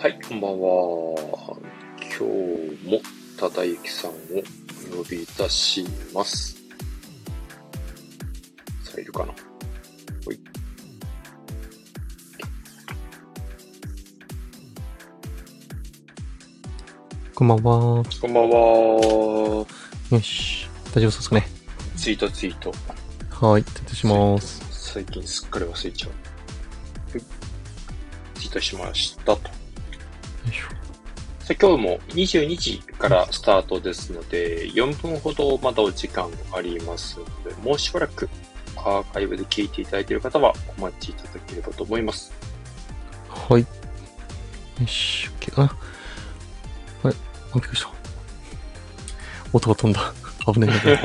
はい、こんばんは。今日も忠之さんをお呼びいたします。さあ、いるかな？ほい。 こんばんは。 こんばんは。 よし。大丈夫そうですかね。 ツイート。 はい、失礼します。 最近すっかり忘れちゃう。ツイートしましたと。 よいしょ。 さあ、今日も22時からスタートですので、4分ほどまだお時間ありますので、もうしばらくアーカイブで聞いていただいている方はお待ちいただければと思います。 はい。よし、OK。あれ、びっくりした。音が飛んだ。危ない。ちょっ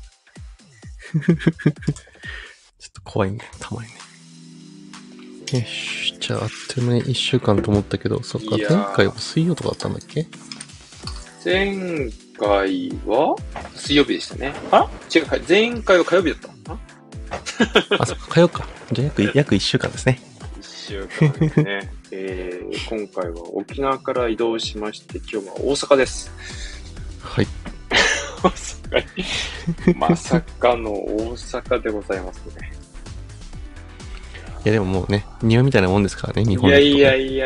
と怖いね、たまにね。よし、じゃあ、あっという間に1週間と思ったけど、そっか、前回は水曜とかあったんだっけ？ 前回は水曜日でしたね。違う、前回は火曜日だったそっか、火曜か。じゃあ約1週間ですね。 1週間ですね。今回は沖縄から移動しまして、今日は大阪です。 はい。 大阪まさかの大阪でございますね。 いやでももうね、庭みたいなもんですからね、日本いだと、ね。 や。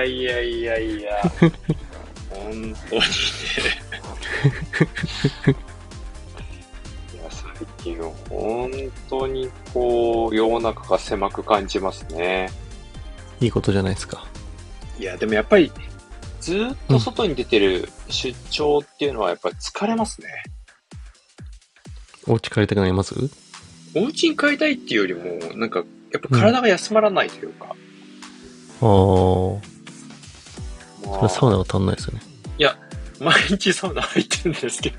本当にね。いや、最近本当に世の中が狭く感じますね。 いいことじゃないですか。 いや、でもやっぱり、ずっと外に出てる出張っていうのはやっぱり疲れますね。 お家帰りたくなります？ お家に帰りたいっていうよりも、なんか、やっぱ体が休まらないというか。 それはサウナが足んないですよね。 いや、毎日サウナ入ってるんですけど。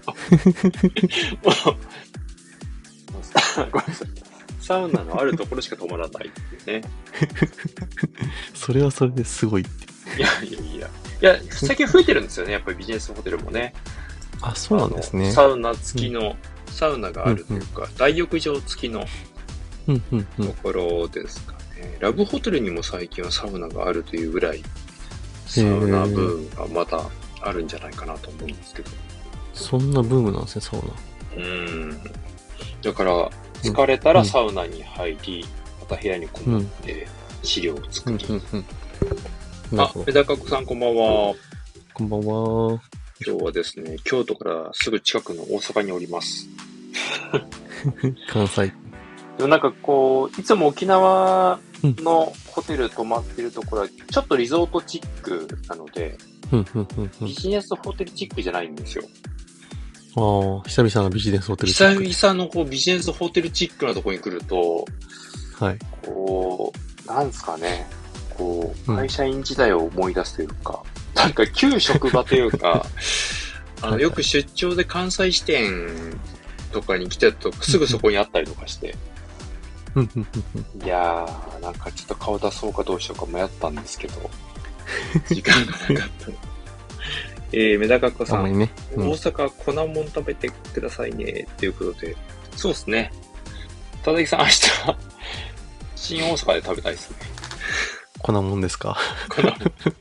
ごめんなさい。サウナのあるところしか泊まらないっていうね。 それはそれですごいって。 いや、最近増えてるんですよね。やっぱりビジネスホテルもね。 そうなんですね。 サウナ付きの、サウナがあるというか、大浴場付きのところですかね。ラブホテルにも最近はサウナがあるというぐらい、サウナブームがまたあるんじゃないかなと思うんですけど。 そんなブームなんですね、サウナ。だから、疲れたらサウナに入り、また部屋にこもって資料を作り。メダカ子さんこんばんは。 こんばんは。 今日はですね、京都からすぐ近くの大阪におります。 関西。 でもなんかいつも沖縄のホテル泊まってるところは、ちょっとリゾートチックなので、ビジネスホテルチックじゃないんですよ。 久々のビジネスホテルチック。 久々のビジネスホテルチックなところに来ると、 はい。 なんですかね、会社員時代を思い出すというか、なんか旧職場というか、よく出張で関西支店とかに来てたとすぐそこにあったりとかして、いやー、なんかちょっと顔出そうかどうしようか迷ったんですけど、時間がなかったの。メダカ子さん、大阪粉もん食べてくださいね、っていうことで、そうですね。ただきさん、明日、新大阪で食べたいですね。 粉もんですか？ 粉もん。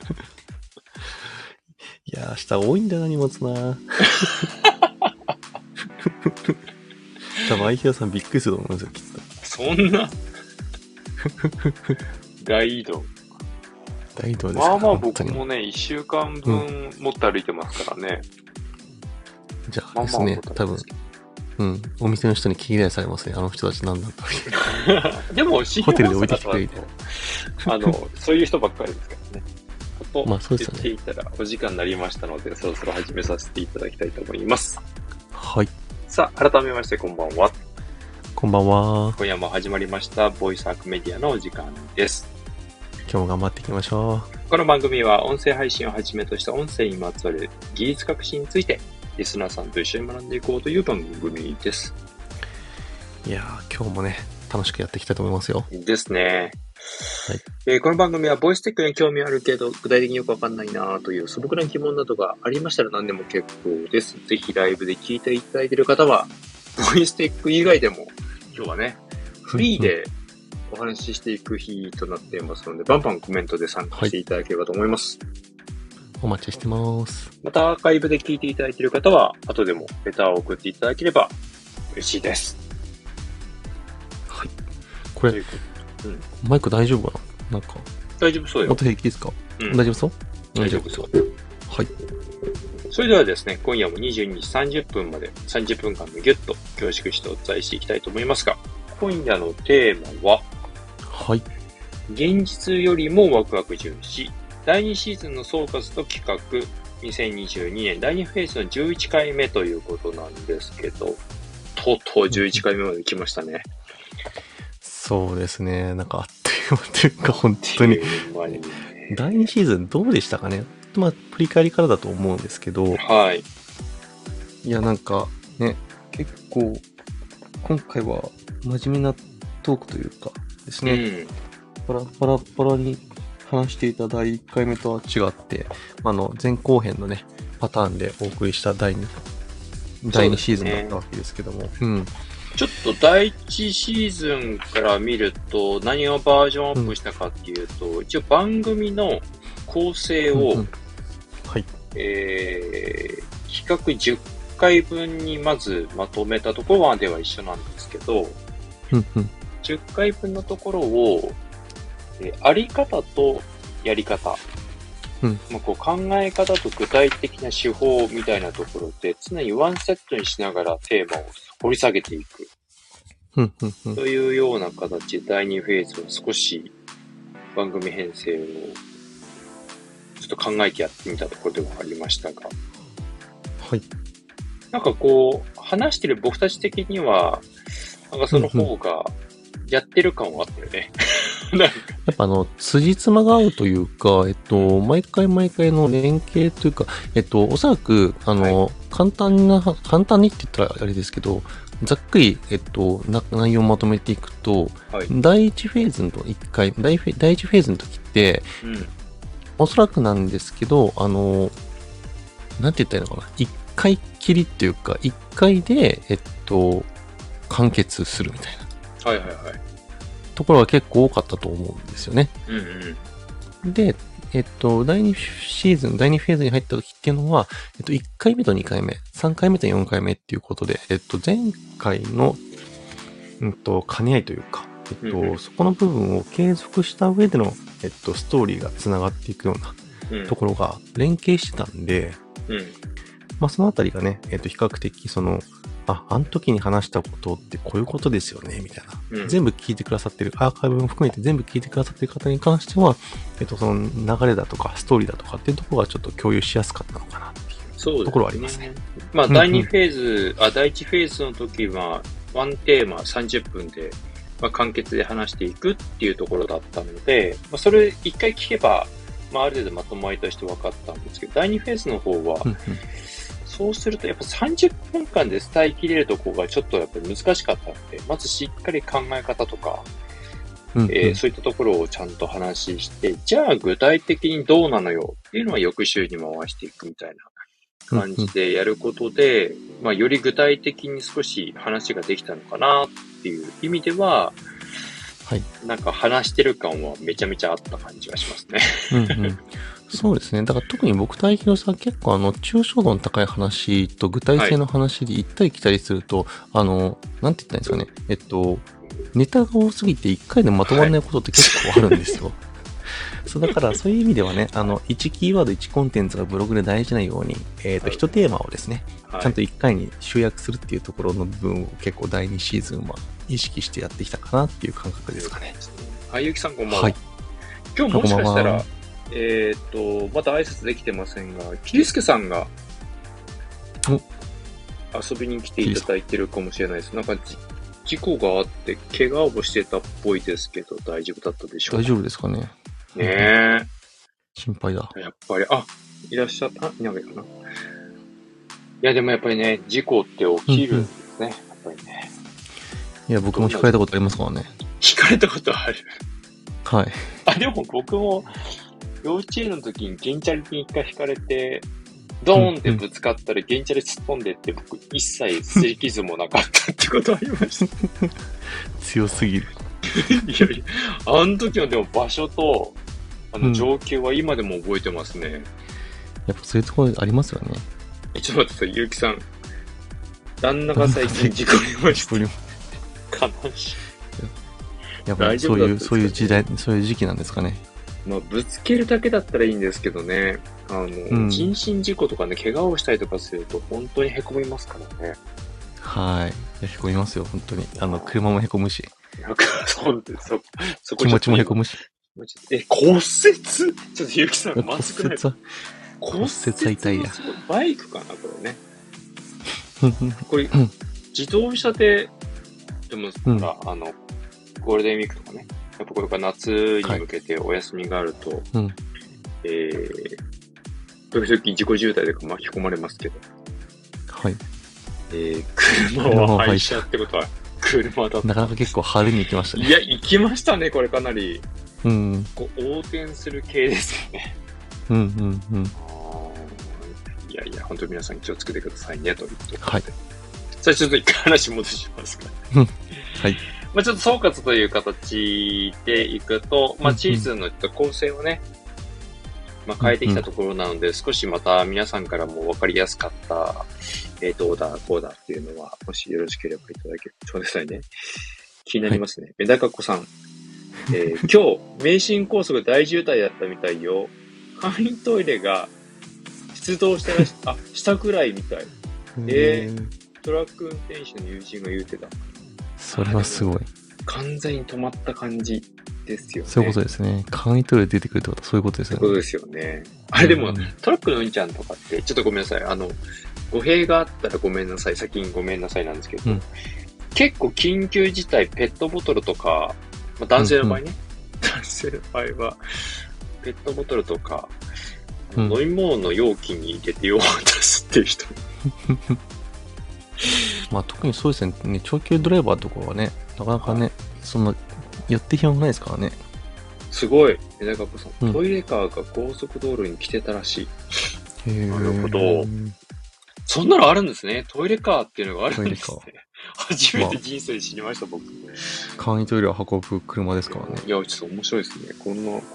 いや、明日多いんだな、荷物な。多分、相平さんびっくりすると思うんですよ、きっと。 そんな大移動ですか？ まあまあ僕もね、1週間分持って歩いてますからね。 じゃあですね、多分、お店の人に聞き出されますね。あの人たちなんだと。 でも、 ホテルで置いてきてくれて。 そういう人ばっかりですからね。 まあそうですよね。 言っていたらお時間になりましたので、そろそろ始めさせていただきたいと思います。 はい。 さあ、改めましてこんばんは。 こんばんは。 今夜も始まりました、ボイスアークメディアのお時間です。 今日も頑張っていきましょう。この番組は音声配信をはじめとした音声にまつわる技術革新について、リスナーさんと一緒に学んでいこうという番組です。 いやー、今日もね、楽しくやっていきたいと思いますよ。 ですね。 はい。 この番組はボイステックに興味あるけど、具体的によくわかんないなという素朴な疑問などがありましたら何でも結構です。ぜひライブで聞いていただいている方は、ボイステック以外でも、今日はね、フリーでお話ししていく日となっていますので、バンバンコメントで参加していただければと思います。 お待ちしてます。 またアーカイブで聞いていただいている方は、後でもレターを送っていただければ嬉しいです。 はい。これ、マイク大丈夫かな？なんか。 大丈夫そうよ。 音平気ですか？大丈夫そう？ 大丈夫そう。 はい。 それではですね、今夜も22時30分まで30分間でギュッと凝縮してお伝えしていきたいと思いますが、今夜のテーマは、 はい。 現実よりもワクワク重視、第2シーズンの総括と企画、2022年第2フェーズの11回目ということなんですけど、とうとう11回目まで来ましたね。 そうですね。なんかあっという間というか、本当に。第2シーズンどうでしたかね？まあ、振り返りからだと思うんですけど、 はい。 いや、なんかね、結構、今回は真面目なトークというかですね、パラに話していた第1回目とは違って、前後編のね、パターンでお送りした第2シーズンだったわけですけども、 ちょっと第1シーズンから見ると何をバージョンアップしたかっていうと、一応番組の構成を、 はい。 企画10回分にまずまとめたところまでは一緒なんですけど、10回分のところを、あり方とやり方、こう考え方と具体的な手法みたいなところで常にワンセットにしながらテーマを掘り下げていく。というような形で第2フェーズは少し番組編成をちょっと考えてやってみたところではありましたが。 はい。 なんかこう、話してる僕たち的には、なんかその方がやってる感はあったよね。 やっぱ辻褄が合うというか、毎回の連携というか、おそらく、簡単にって言ったらあれですけど、ざっくり、内容をまとめていくと、第1フェーズの1回、第1フェーズの時って、おそらくなんですけど、なんて言ったらいいのかな、1回きりっていうか、1回で、完結するみたいな。ところが結構多かったと思うんですよね。で、第2シーズン、第2フェーズに入った時っていうのは、1回目と2回目、3回目と4回目っていうことで、前回の、兼ね合いというか、そこの部分を継続した上での、ストーリーが繋がっていくようなところが連携してたんで、そのあたりがね、比較的あの時に話したことってこういうことですよね、みたいな。全部聞いてくださってる、アーカイブも含めて全部聞いてくださってる方に関しては、その流れだとか、ストーリーだとかっていうところがちょっと共有しやすかったのかなっていうところはありますね。 第2フェーズ、第1フェーズの時は、ワンテーマ30分で、簡潔で話していくっていうところだったので、それ一回聞けば、ある程度まとまりとして分かったんですけど、第2フェーズの方は、そうするとやっぱ30分間で伝えきれるところがちょっとやっぱり難しかったので、まずしっかり考え方とか、そういったところをちゃんと話して、じゃあ具体的にどうなのよっていうのは翌週に回していくみたいな感じでやることで、より具体的に少し話ができたのかなっていう意味では、なんか話してる感はめちゃめちゃあった感じがしますね。 そうですね。だから特に僕とヒロさん結構抽象度の高い話と具体性の話で行ったり来たりすると、なんて言ったらいいんですかね。ネタが多すぎて1回でまとまらないことって結構あるんですよ。そうだからそういう意味ではね、1キーワード1コンテンツがブログで大事なように、1テーマをですね、ちゃんと1回に集約するっていうところの部分を結構第2シーズンは意識してやってきたかなっていう感覚ですかね。 ゆきさんこんばんは。今日もしかしたら、まだ挨拶できてませんが、キリスケさんが遊びに来ていただいてるかもしれないです。なんか事故があって怪我をしてたっぽいですけど、大丈夫だったでしょうか？ 大丈夫ですかね。 ねえ。 心配だ。 やっぱり、いらっしゃった、いないかな。いや、でもやっぱりね、事故って起きるんですね。やっぱりね。 いや、僕も聞かれたことありますからね。 聞かれたことある。 はい。 でも僕も、幼稚園の時に原チャリに一回引かれて、ドーンってぶつかったら原チャリ突っ込んでって僕一切擦り傷もなかったってことありました。 強すぎる。 いやいや、あの時のでも場所と、状況は今でも覚えてますね。 やっぱそういうところありますよね。 ちょっと待ってさ、ゆうきさん。旦那が最近事故りました。悲しい。 やっぱりそういう時代、そういう時期なんですかね。 まあ、ぶつけるだけだったらいいんですけどね。人身事故とかね、怪我をしたりとかすると、本当に凹みますからね。 はい。凹みますよ、本当に。車も凹むし。 そこ気持ちも凹むし。 骨折ちょっとゆうきさん、まずくない？ 骨折は痛いや。 バイクかな、これね。これ、自動車でも、ゴールデンウィークとかね、やっぱこれから夏に向けてお休みがあると、時々自己渋滞で巻き込まれますけど、 はい。 車は廃車ってことは車だった。 なかなか結構派手に行きましたね。 いや、行きましたね、これかなり。 こう横転する系ですよね。いやいや、本当に皆さん気をつけてくださいね、ということで。 はい。 さあ、ちょっと一回話戻しますか。 はい。 まあちょっと総括という形でいくと、まあシーズンの構成をね、まあ変えてきたところなので、少しまた皆さんからも分かりやすかった、どうだ、こうだっていうのは、もしよろしければいただけると、ちょうださいね。気になりますね。メダカ子さん。今日、名神高速大渋滞だったみたいよ。簡易トイレが出動したくらいみたい。トラック運転手の友人が言うてた。 それはすごい。 完全に止まった感じですよね。 そういうことですね。簡易トイレ出てくるってことはそういうことですよね。 そういうことですよね。あれでも、トラックのうんちゃんとかって、ちょっとごめんなさい。語弊があったらごめんなさい。先にごめんなさいなんですけど、結構緊急事態、ペットボトルとか、まあ、男性の場合ね。男性の場合は、ペットボトルとか、飲み物の容器に入れて用を出すっていう人。 まあ特にそうですね、長距離ドライバーとかはね、なかなかね、そんな、寄って暇もないですからね。 すごい。メダカ子さん、トイレカーが高速道路に来てたらしい。なるほど。そんなのあるんですね。トイレカーっていうのがあるんですね。初めて人生で知りました、僕。 簡易トイレを運ぶ車ですからね。 いや、ちょっと面白いですね。こんな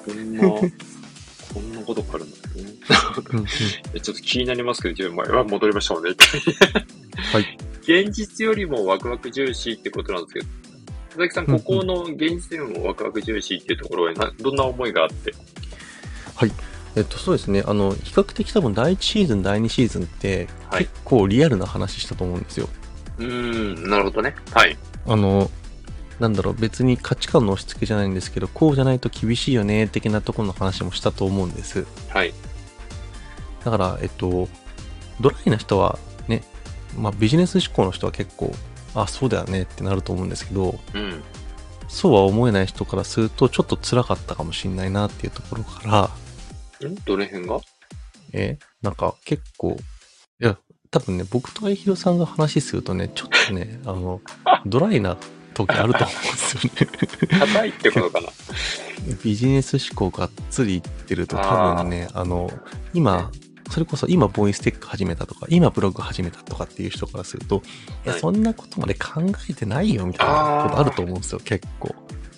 ことがあるんだよね。ちょっと気になりますけど、戻りましょうね。 はい。 現実よりもワクワク重視ってことなんですけど、佐々木さん、ここの現実よりもワクワク重視っていうところへどんな思いがあって？ はい。そうですね。比較的多分第1シーズン、第2シーズンって、結構リアルな話したと思うんですよ。 なるほどね。はい。 なんだろう、別に価値観の押し付けじゃないんですけど、こうじゃないと厳しいよね、的なところの話もしたと思うんです。 はい。 だから、ドライな人はね、まあビジネス志向の人は結構、あ、そうだよねってなると思うんですけど、そうは思えない人からすると、ちょっと辛かったかもしれないなっていうところから、 どの辺が？ なんか結構、いや、多分ね、僕と愛弘さんが話するとね、ちょっとね、ドライな時あると思うんですよね。 硬いってことかな。 ビジネス思考がっつりいってると多分ね、それこそ今ボイステック始めたとか、今ブログ始めたとかっていう人からすると、いや、そんなことまで考えてないよみたいなことあると思うんですよ、結構。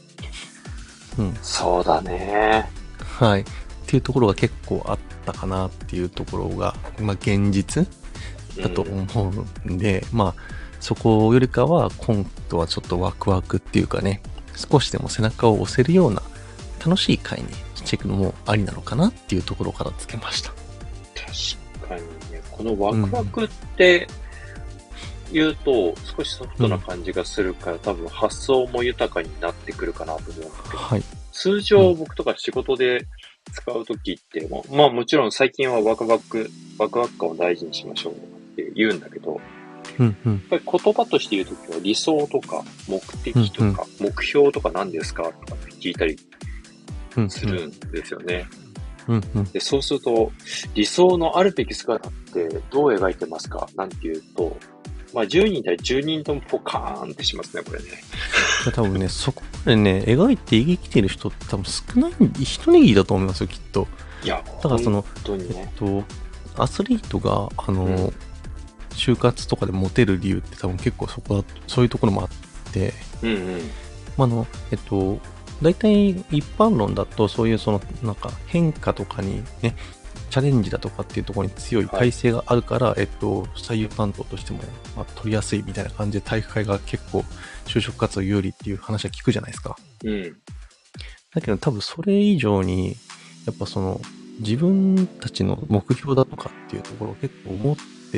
そうだね。 はい。っていうところが結構あったかなっていうところが、まあ現実だと思うんで、まあそこよりかは今度はちょっとワクワクっていうかね、少しでも背中を押せるような楽しい回にしていくのもありなのかなっていうところからつけました。 確かにね、このワクワクって言うと少しソフトな感じがするから、多分発想も豊かになってくるかなと思うんですけど、 はい、 通常僕とか仕事で使うときってまあもちろん最近はワクワク感を大事にしましょうって言うんだけど、やっぱり言葉として言うときは理想とか目的とか目標とか何ですかとかって聞いたりするんですよね。でそうすると理想のあるべき姿ってどう描いてますかなんて言うと、まあ10人対10人ともポカーンってしますね、これね。 多分ね、そこまでね、描いて生きてる人って多分少ない、一握りだと思いますよ、きっと。 いや、 だから本当にね。 アスリートが、就活とかでモテる理由って多分結構そういうところもあって、まあ大体一般論だとそういうそのなんか変化とかにね、チャレンジだとかっていうところに強い体制があるから、採用担当としても、取りやすいみたいな感じで体育会が結構就職活動有利っていう話は聞くじゃないですか。 うん。 だけど多分それ以上に、やっぱその自分たちの目標だとかっていうところを結構持って、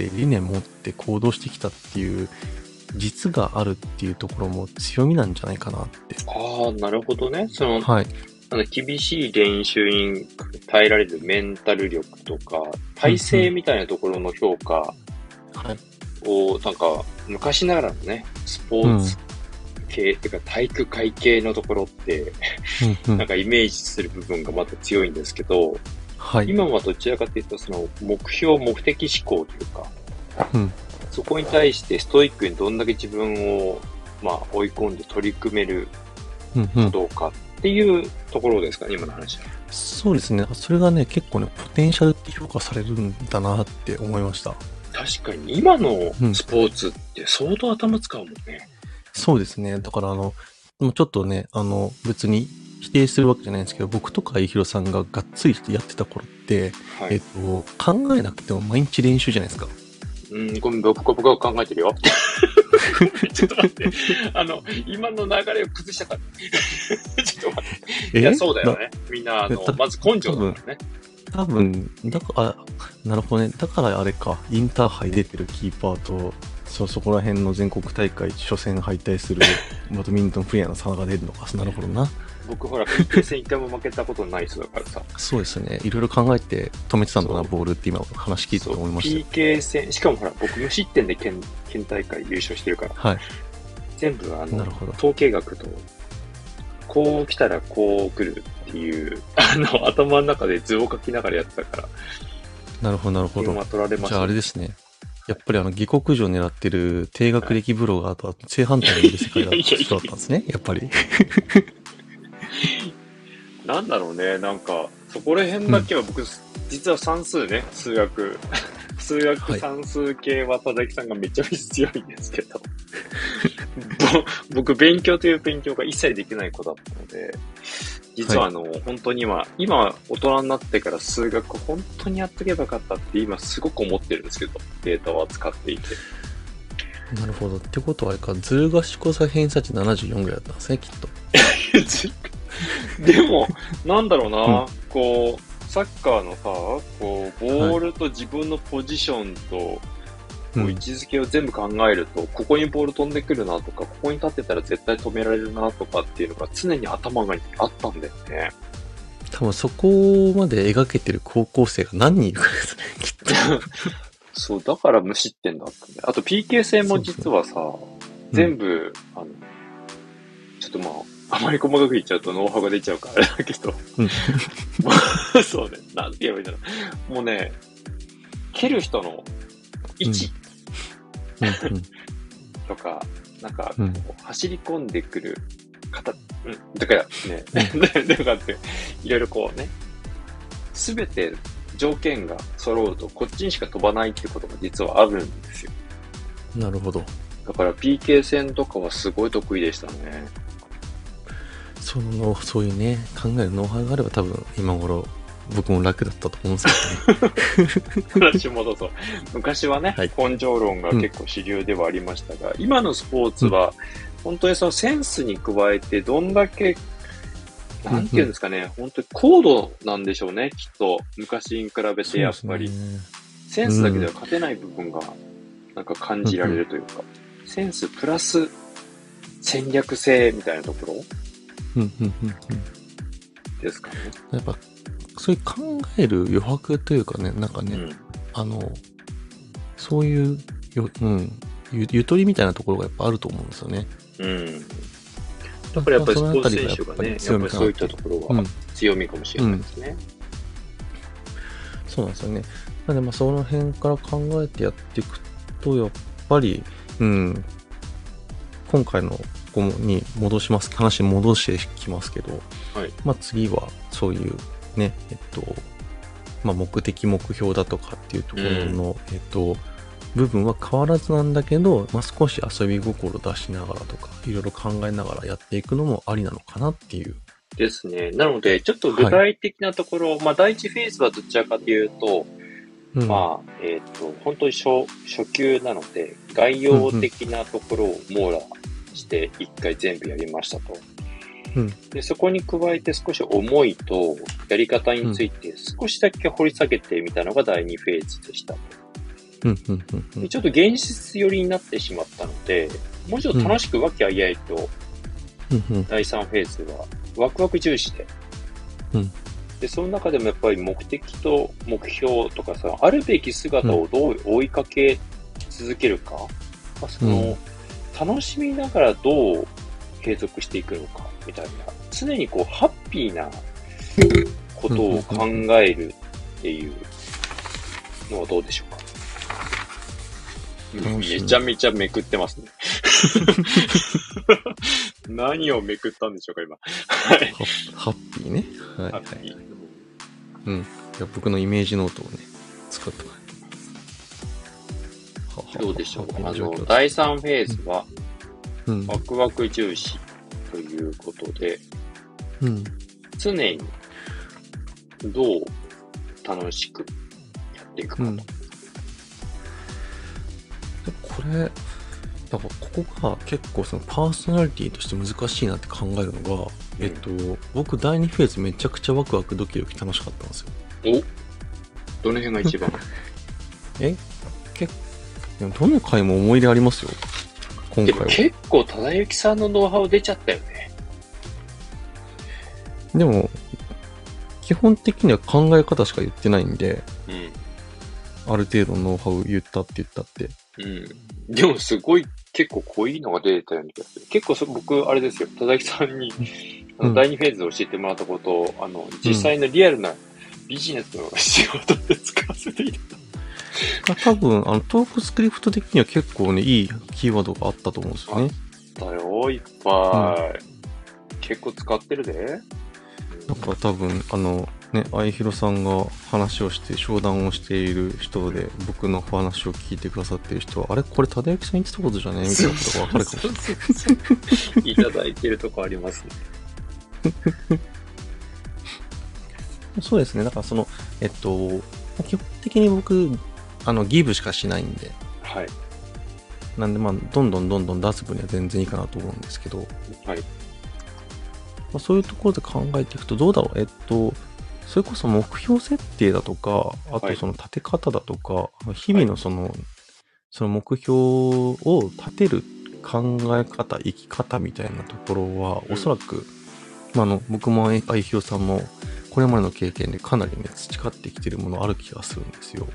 理念持って行動してきたっていう実があるっていうところも強みなんじゃないかなって。 ああ、なるほどね。 はい。 厳しい練習に耐えられるメンタル力とか、体制みたいなところの評価はい。 を、なんか、昔ながらのね、スポーツ系、っていうか体育会系のところって、なんかイメージする部分がまた強いんですけど、 はい。 今はどちらかというと、その目標、目的思考というか、そこに対してストイックにどんだけ自分を、追い込んで取り組めるかどうかっていうところですかね、今の話は。 そうですね。それがね、結構ね、ポテンシャルって評価されるんだなって思いました。 確かに、今のスポーツって相当頭使うもんね。 そうですね。だからもうちょっとね、別に否定するわけじゃないんですけど、僕とか伊弘さんががっつりやってた頃って、 はい、 考えなくても毎日練習じゃないですか。 ごめん、僕は考えてるよ。ちょっと待って。今の流れを崩したから。ちょっと待って。いや、そうだよね。みんな、まず根性だからね。 多分、だから、なるほどね。だからあれか、インターハイ出てるキーパーと、そこら辺の全国大会初戦敗退するバドミントンプレイヤーの差が出るのか。なるほどな。 僕ほら、PK 戦一回も負けたことない人だからさ。 そうですね。いろいろ考えて止めてたんだな、ボールって今話聞いてて思いました。 PK 戦、しかもほら、僕無失点で県大会優勝してるから。 はい。 全部なるほど。 統計学と、こう来たらこう来るっていう、頭の中で図を書きながらやってたから。 なるほど、なるほど。 取られました。 じゃああれですね。やっぱり下克上狙ってる低学歴ブロガーとは正反対にいる世界だったんですね、やっぱり。 なんだろうね、なんか、そこら辺だけは僕、実は算数ね、数学算数系は田崎さんがめちゃめちゃ強いんですけど、僕勉強という勉強が一切できない子だったので、実は本当に今大人になってから数学本当にやっとけばよかったって今すごく思ってるんですけど、データを扱っていて。 なるほど。ってことはあれか、ずる賢さ偏差値74ぐらいだったんですね、きっと。 でも、なんだろうな、こう、サッカーのさ、こう、ボールと自分のポジションと、こう位置づけを全部考えると、ここにボール飛んでくるなとか、ここに立ってたら絶対止められるなとかっていうのが常に頭があったんだよね。 多分そこまで描けてる高校生が何人いるかですね、きっと。 そう、だから無失点だったんだよ。あと PK 戦も実はさ、全部、ちょっとあまり細かく言っちゃうとノウハウが出ちゃうからあれだけど。そうね。なんて言えばいいんだろう。もうね、蹴る人の位置、とか、なんか、走り込んでくる方、だからね、だからって、いろいろこうね、すべて条件が揃うと、こっちにしか飛ばないってことが実はあるんですよ。 なるほど。 だから PK 戦とかはすごい得意でしたね。 そういうね、考えるノウハウがあれば多分今頃僕も楽だったと思うんですけどね。 話戻そう。昔はね、根性論が結構主流ではありましたが、今のスポーツは、本当にそのセンスに加えてどんだけ、なんていうんですかね、本当に高度なんでしょうね、きっと。昔に比べてやっぱり。センスだけでは勝てない部分が、なんか感じられるというか、センスプラス戦略性みたいなところですかね。 やっぱ、そういう考える余白というかね、なんかね、そういう、ゆとりみたいなところがやっぱあると思うんですよね。 だからやっぱりスポーツ選手がね、やっぱりそういったところが強みかもしれないですね。 そうなんですよね。なのでその辺から考えてやっていくと、やっぱり、今回のに話戻してきますけど、次はそういうね、目的目標だとかっていうところの、部分は変わらずなんだけど、少し遊び心出しながらとか、いろいろ考えながらやっていくのもありなのかなっていうですね。なので、ちょっと具体的なところ、まあ、第一フェーズはどちらかというと、まあ、本当に初級なので、概要的なところを網羅して一回全部やりましたと。で、そこに加えて少し思いとやり方について少しだけ掘り下げてみたのが第2フェーズでした。でちょっと現実寄りになってしまったので、もうちょっと楽しく和気あいあいと、第3フェーズはワクワク重視で、で、その中でもやっぱり目的と目標とかさ、あるべき姿をどう追いかけ続けるか、まあ、その、楽しみながらどう継続していくのか、みたいな、常にこう、ハッピーなことを考えるっていうのはどうでしょうか。めちゃめちゃめくってますね。何をめくったんでしょうか、今。 ハッピーね。はい、はい。ハッピー。うん。いや、僕のイメージノートをね、使ってどうでしょう。第3フェーズは、ワクワク重視ということで、常にどう楽しくやっていくかと。 これ、だからここが結構そのパーソナリティとして難しいなって考えるのが、僕第2フェーズめちゃくちゃワクワクドキドキ楽しかったんですよ。 どの辺が一番どの回も思い出ありますよ。今回は。 結構忠之さんのノウハウ出ちゃったよね。 でも、基本的には考え方しか言ってないんで、ある程度のノウハウ言ったって。 でもすごい結構濃いのが出てたような気がする。結構僕、あれですよ、忠之さんに第2フェーズを教えてもらったことを、実際のリアルなビジネスの仕事で使わせていただいて。 多分、トークスクリプト的には結構ね、いいキーワードがあったと思うんですよね。 あったよ、いっぱい。結構使ってるで。 なんか多分、相広さんが話をして、商談をしている人で、僕の話を聞いてくださっている人は、あれこれ、忠之さん言ってたことじゃねみたいなことがわかるかもしれない。 いただいてるとこありますね。 そうですね。だから基本的に僕、ギブしかしないんで。 はい。 なんで、どんどん出す分には全然いいかなと思うんですけど。 はい。 そういうところで考えていくと、どうだろう。それこそ目標設定だとか、あとその立て方だとか、日々のその目標を立てる考え方、生き方みたいなところは、おそらく、僕も相広さんも、これまでの経験でかなりね、培ってきてるものある気がするんですよ。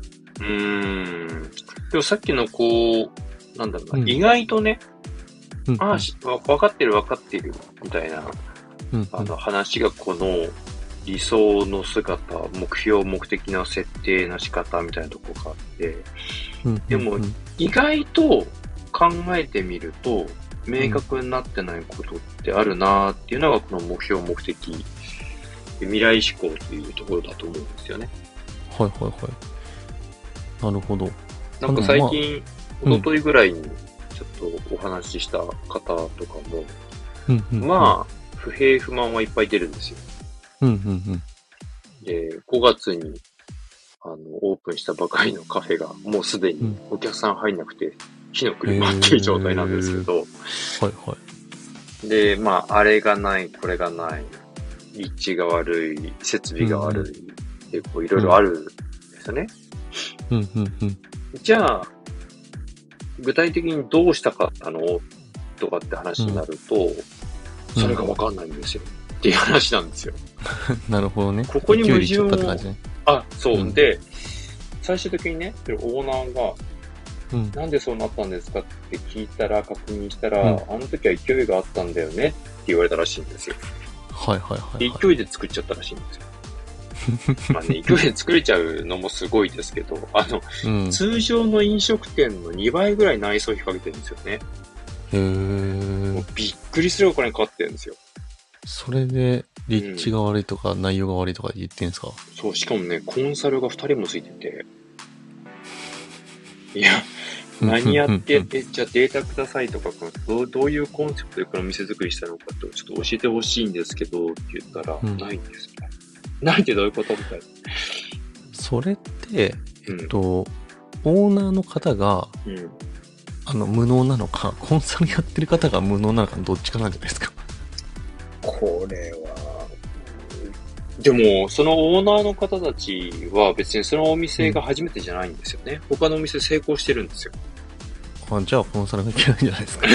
でもさっきのなんだろうな、意外とね、分かってるみたいな、話がこの理想の姿、目標、目的の設定の仕方みたいなところがあって、でも意外と考えてみると、明確になってないことってあるなーっていうのがこの目標、目的、未来志向というところだと思うんですよね。 はい。なるほど。 なんか最近、一昨日ぐらいにちょっとお話しした方とかも、不平不満はいっぱい出るんですよ。で、5月にオープンしたばかりのカフェがもうすでにお客さん入んなくて火の車っていう状態なんですけど、で、あれがない、これがない、立地が悪い、設備が悪い、でいろいろあるんですよね。じゃあ、具体的にどうしたかったのとかって話になると、それがわかんないんですよ。っていう話なんですよ。 なるほどね。 ここに矛盾を、そう。で、最終的にね、オーナーが、なんでそうなったんですかって聞いたら、確認したら、あの時は勢いがあったんだよねって言われたらしいんですよ。勢いで作っちゃったらしいんですよ。勢いで作れちゃうのもすごいですけど、通常の飲食店の2倍ぐらい内装費かけてるんですよね。もうびっくりするお金かかってるんですよ。 それで、立地が悪いとか、内容が悪いとか言ってんすか？ そう、しかもね、コンサルが2人もついてて。 いや、何やって、じゃあデータくださいとか、どういうコンセプトでこの店作りしたのかとちょっと教えてほしいんですけど、って言ったら、ないんですよね。ないってどういうことみたいな。 それって、オーナーの方が、無能なのか、コンサルやってる方が無能なのか、どっちかなんじゃないですか。 これは、でも、そのオーナーの方たちは別にそのお店が初めてじゃないんですよね。他のお店成功してるんですよ。 じゃあコンサルがいけないんじゃないですか。ね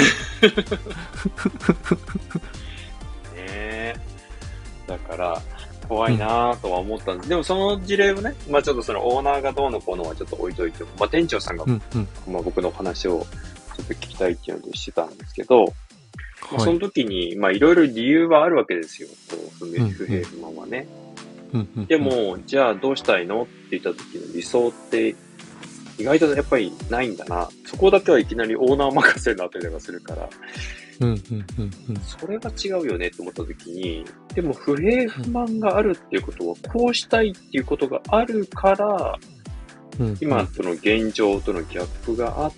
え。だから、怖いなぁとは思ったんです。でもその事例をね、まあちょっとそのオーナーがどうのこうのはちょっと置いといても、まあ店長さんが、まあ僕の話をちょっと聞きたいっていうのでしてたんですけど、まあ、その時に、まあいろいろ理由はあるわけですよ。不平不満はね。でも、じゃあどうしたいのって言った時の理想って意外とやっぱりないんだな。そこだけはいきなりオーナー任せになったりとかするから、それが違うよねって思った時に、でも不平不満があるっていうことは、こうしたいっていうことがあるから、今との現状とのギャップがあって、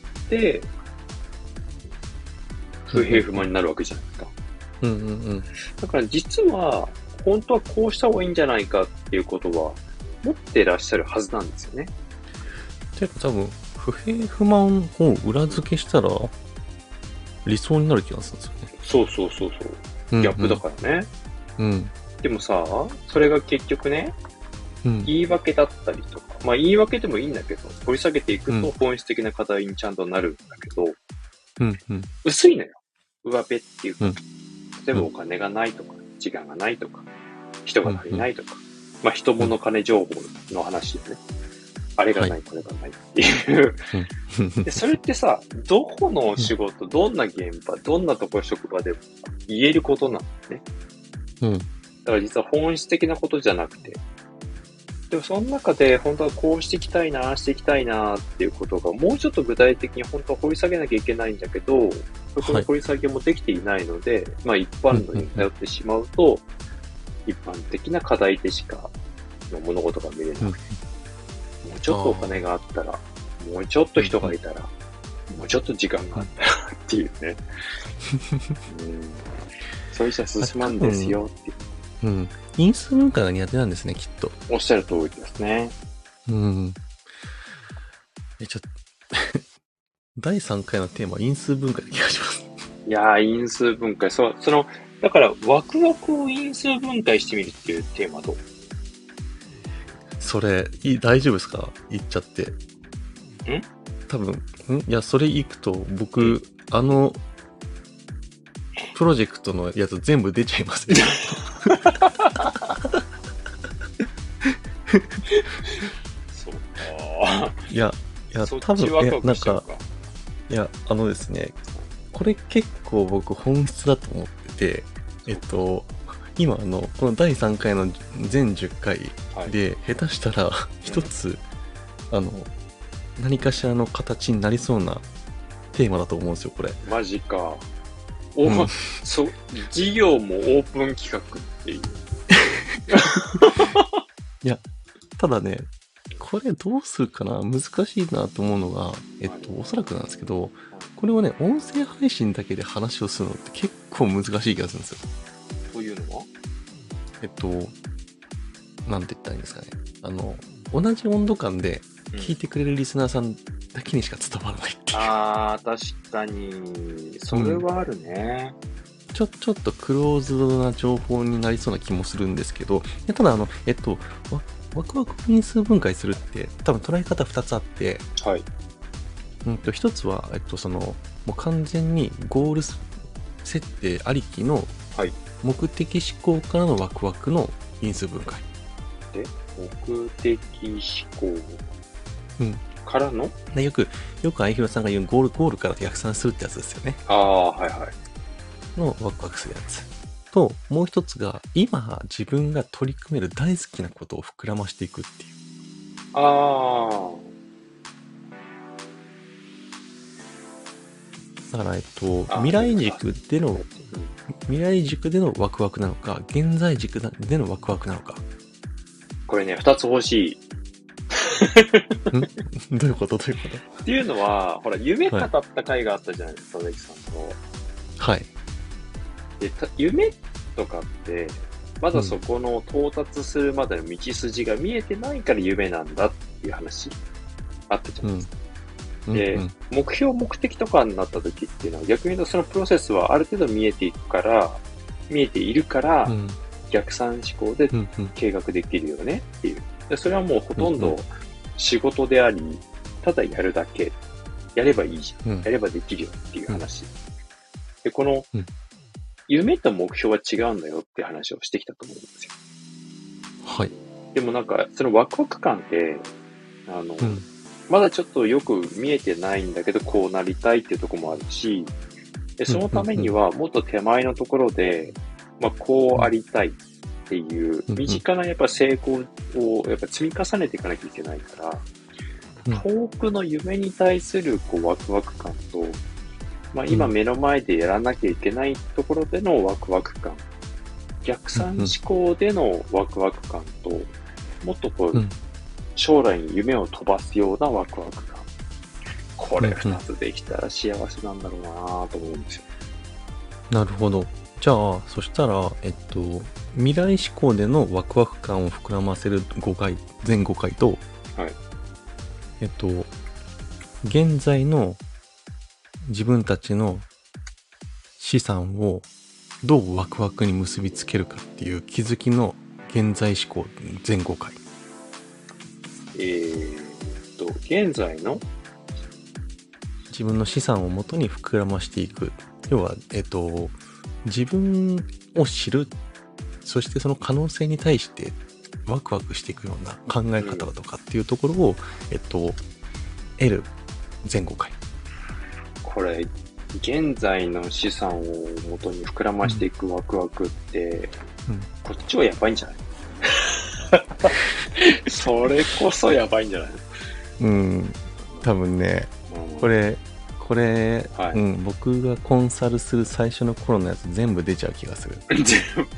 不平不満になるわけじゃないですか。だから実は、本当はこうした方がいいんじゃないかっていうことは、持ってらっしゃるはずなんですよね。 てか多分、不平不満を裏付けしたら、理想になる気がするんですよね。 そう。ギャップだからね。でもさ、それが結局ね、言い訳だったりとか、まあ言い訳でもいいんだけど、掘り下げていくと本質的な課題にちゃんとなるんだけど、薄いのよ。上辺っていうか、例えばお金がないとか、時間がないとか、人が足りないとか、まあ人物金情報の話よね。あれがない、これがないっていうで。それってさ、どこの仕事、どんな現場、どんなところ職場でも言えることなんだよね。だから実は本質的なことじゃなくて、でもその中で本当はこうしていきたいな、していきたいなっていうことがもうちょっと具体的に本当は掘り下げなきゃいけないんだけど、そこの掘り下げもできていないので、まあ一般論に頼ってしまうと、一般的な課題でしかの物事が見れなくて、もうちょっとお金があったら、もうちょっと人がいたら、もうちょっと時間があったらっていうね。そういう人は進まんですよっていう。 因数分解が苦手なんですね、きっと。 おっしゃる通りですね。 第3回のテーマは因数分解な気がします。 いやー、因数分解。だから、ワクワクを因数分解してみるっていうテーマと。 それ、大丈夫ですか？言っちゃって。多分、いや、それ行くと、僕、プロジェクトのやつ全部出ちゃいますね。 そうか。 いや、多分、なんか、ですね、これ結構僕本質だと思ってて、今この第3回の全10回で、下手したら一つ、何かしらの形になりそうなテーマだと思うんですよ、これ。 マジか。事業もオープン企画っていう。 いや、ただね、これどうするかな？難しいなと思うのが、おそらくなんですけど、これをね、音声配信だけで話をするのって結構難しい気がするんですよ。 というのは？ なんて言ったらいいんですかね。同じ温度感で聞いてくれるリスナーさんだけにしか伝わらないっていう。 確かに。それはあるね。 ちょっとクローズドな情報になりそうな気もするんですけど、ただワクワク因数分解するって多分捉え方2つあって、一つは、もう完全にゴール設定ありきの目的思考からのワクワクの因数分解。 目的思考からの、 よく相広さんが言うゴールから逆算するってやつですよね。のワクワクするやつ。と、もう一つが、今自分が取り組める大好きなことを膨らましていくっていう。だから、未来軸でのワクワクなのか、現在軸でのワクワクなのか。 これね、二つ欲しい。 どういうことどういうこっていうのは、ほら、夢語はいった回があったじゃないですか、佐々木さんと。 と？はい。 で、夢とかって、まだうんそこの到達するまでの道筋が見えてないから夢なんだっていう話あったじゃうんないですか。 うんで、 うん目標、目的とかになった時っていうのは逆に言うとそのプロセスはある程度見えていくから、見えているからうん逆算思考でうんうん計画できるよねっていう。でそれはもうほとんどうんうん仕事であり、ただやるだけ。やればいいじゃん。 うんやればできるよっていう話。で、このうん夢と目標は違うんだよって話をしてきたと思うんですよ。 はい。 でもなんか、そのワクワク感って、 うんまだちょっとよく見えてないんだけど、こうなりたいっていうところもあるし、でそのためにはもっと手前のところで、まあ、こうありたいっていう、 うん身近なやっぱ成功をやっぱ積み重ねていかなきゃいけないから、遠くの夢に対するこうワクワク感と、まあ、今目の前でやらなきゃいけないところでのワクワク感、逆算思考でのワクワク感と、もっとこう、将来に夢を飛ばすようなワクワク感。これ二つできたら幸せなんだろうなぁと思うんですよ。 なるほど。じゃあ、そしたら、未来志向でのワクワク感を膨らませる全5回と、 はい。 現在の自分たちの資産をどうワクワクに結びつけるかっていう気づきの現在志向全5回。 現在の自分の資産をもとに膨らましていく。要は、自分を知る。そしてその可能性に対してワクワクしていくような考え方だとかっていうところを、得る全5回。 これ、現在の資産をもとに膨らましていくワクワクって、こっちはやばいんじゃないそれこそやばいんじゃない多分ね、これ、 はい僕がコンサルする最初の頃のやつ全部出ちゃう気がする。 全部出ちゃう。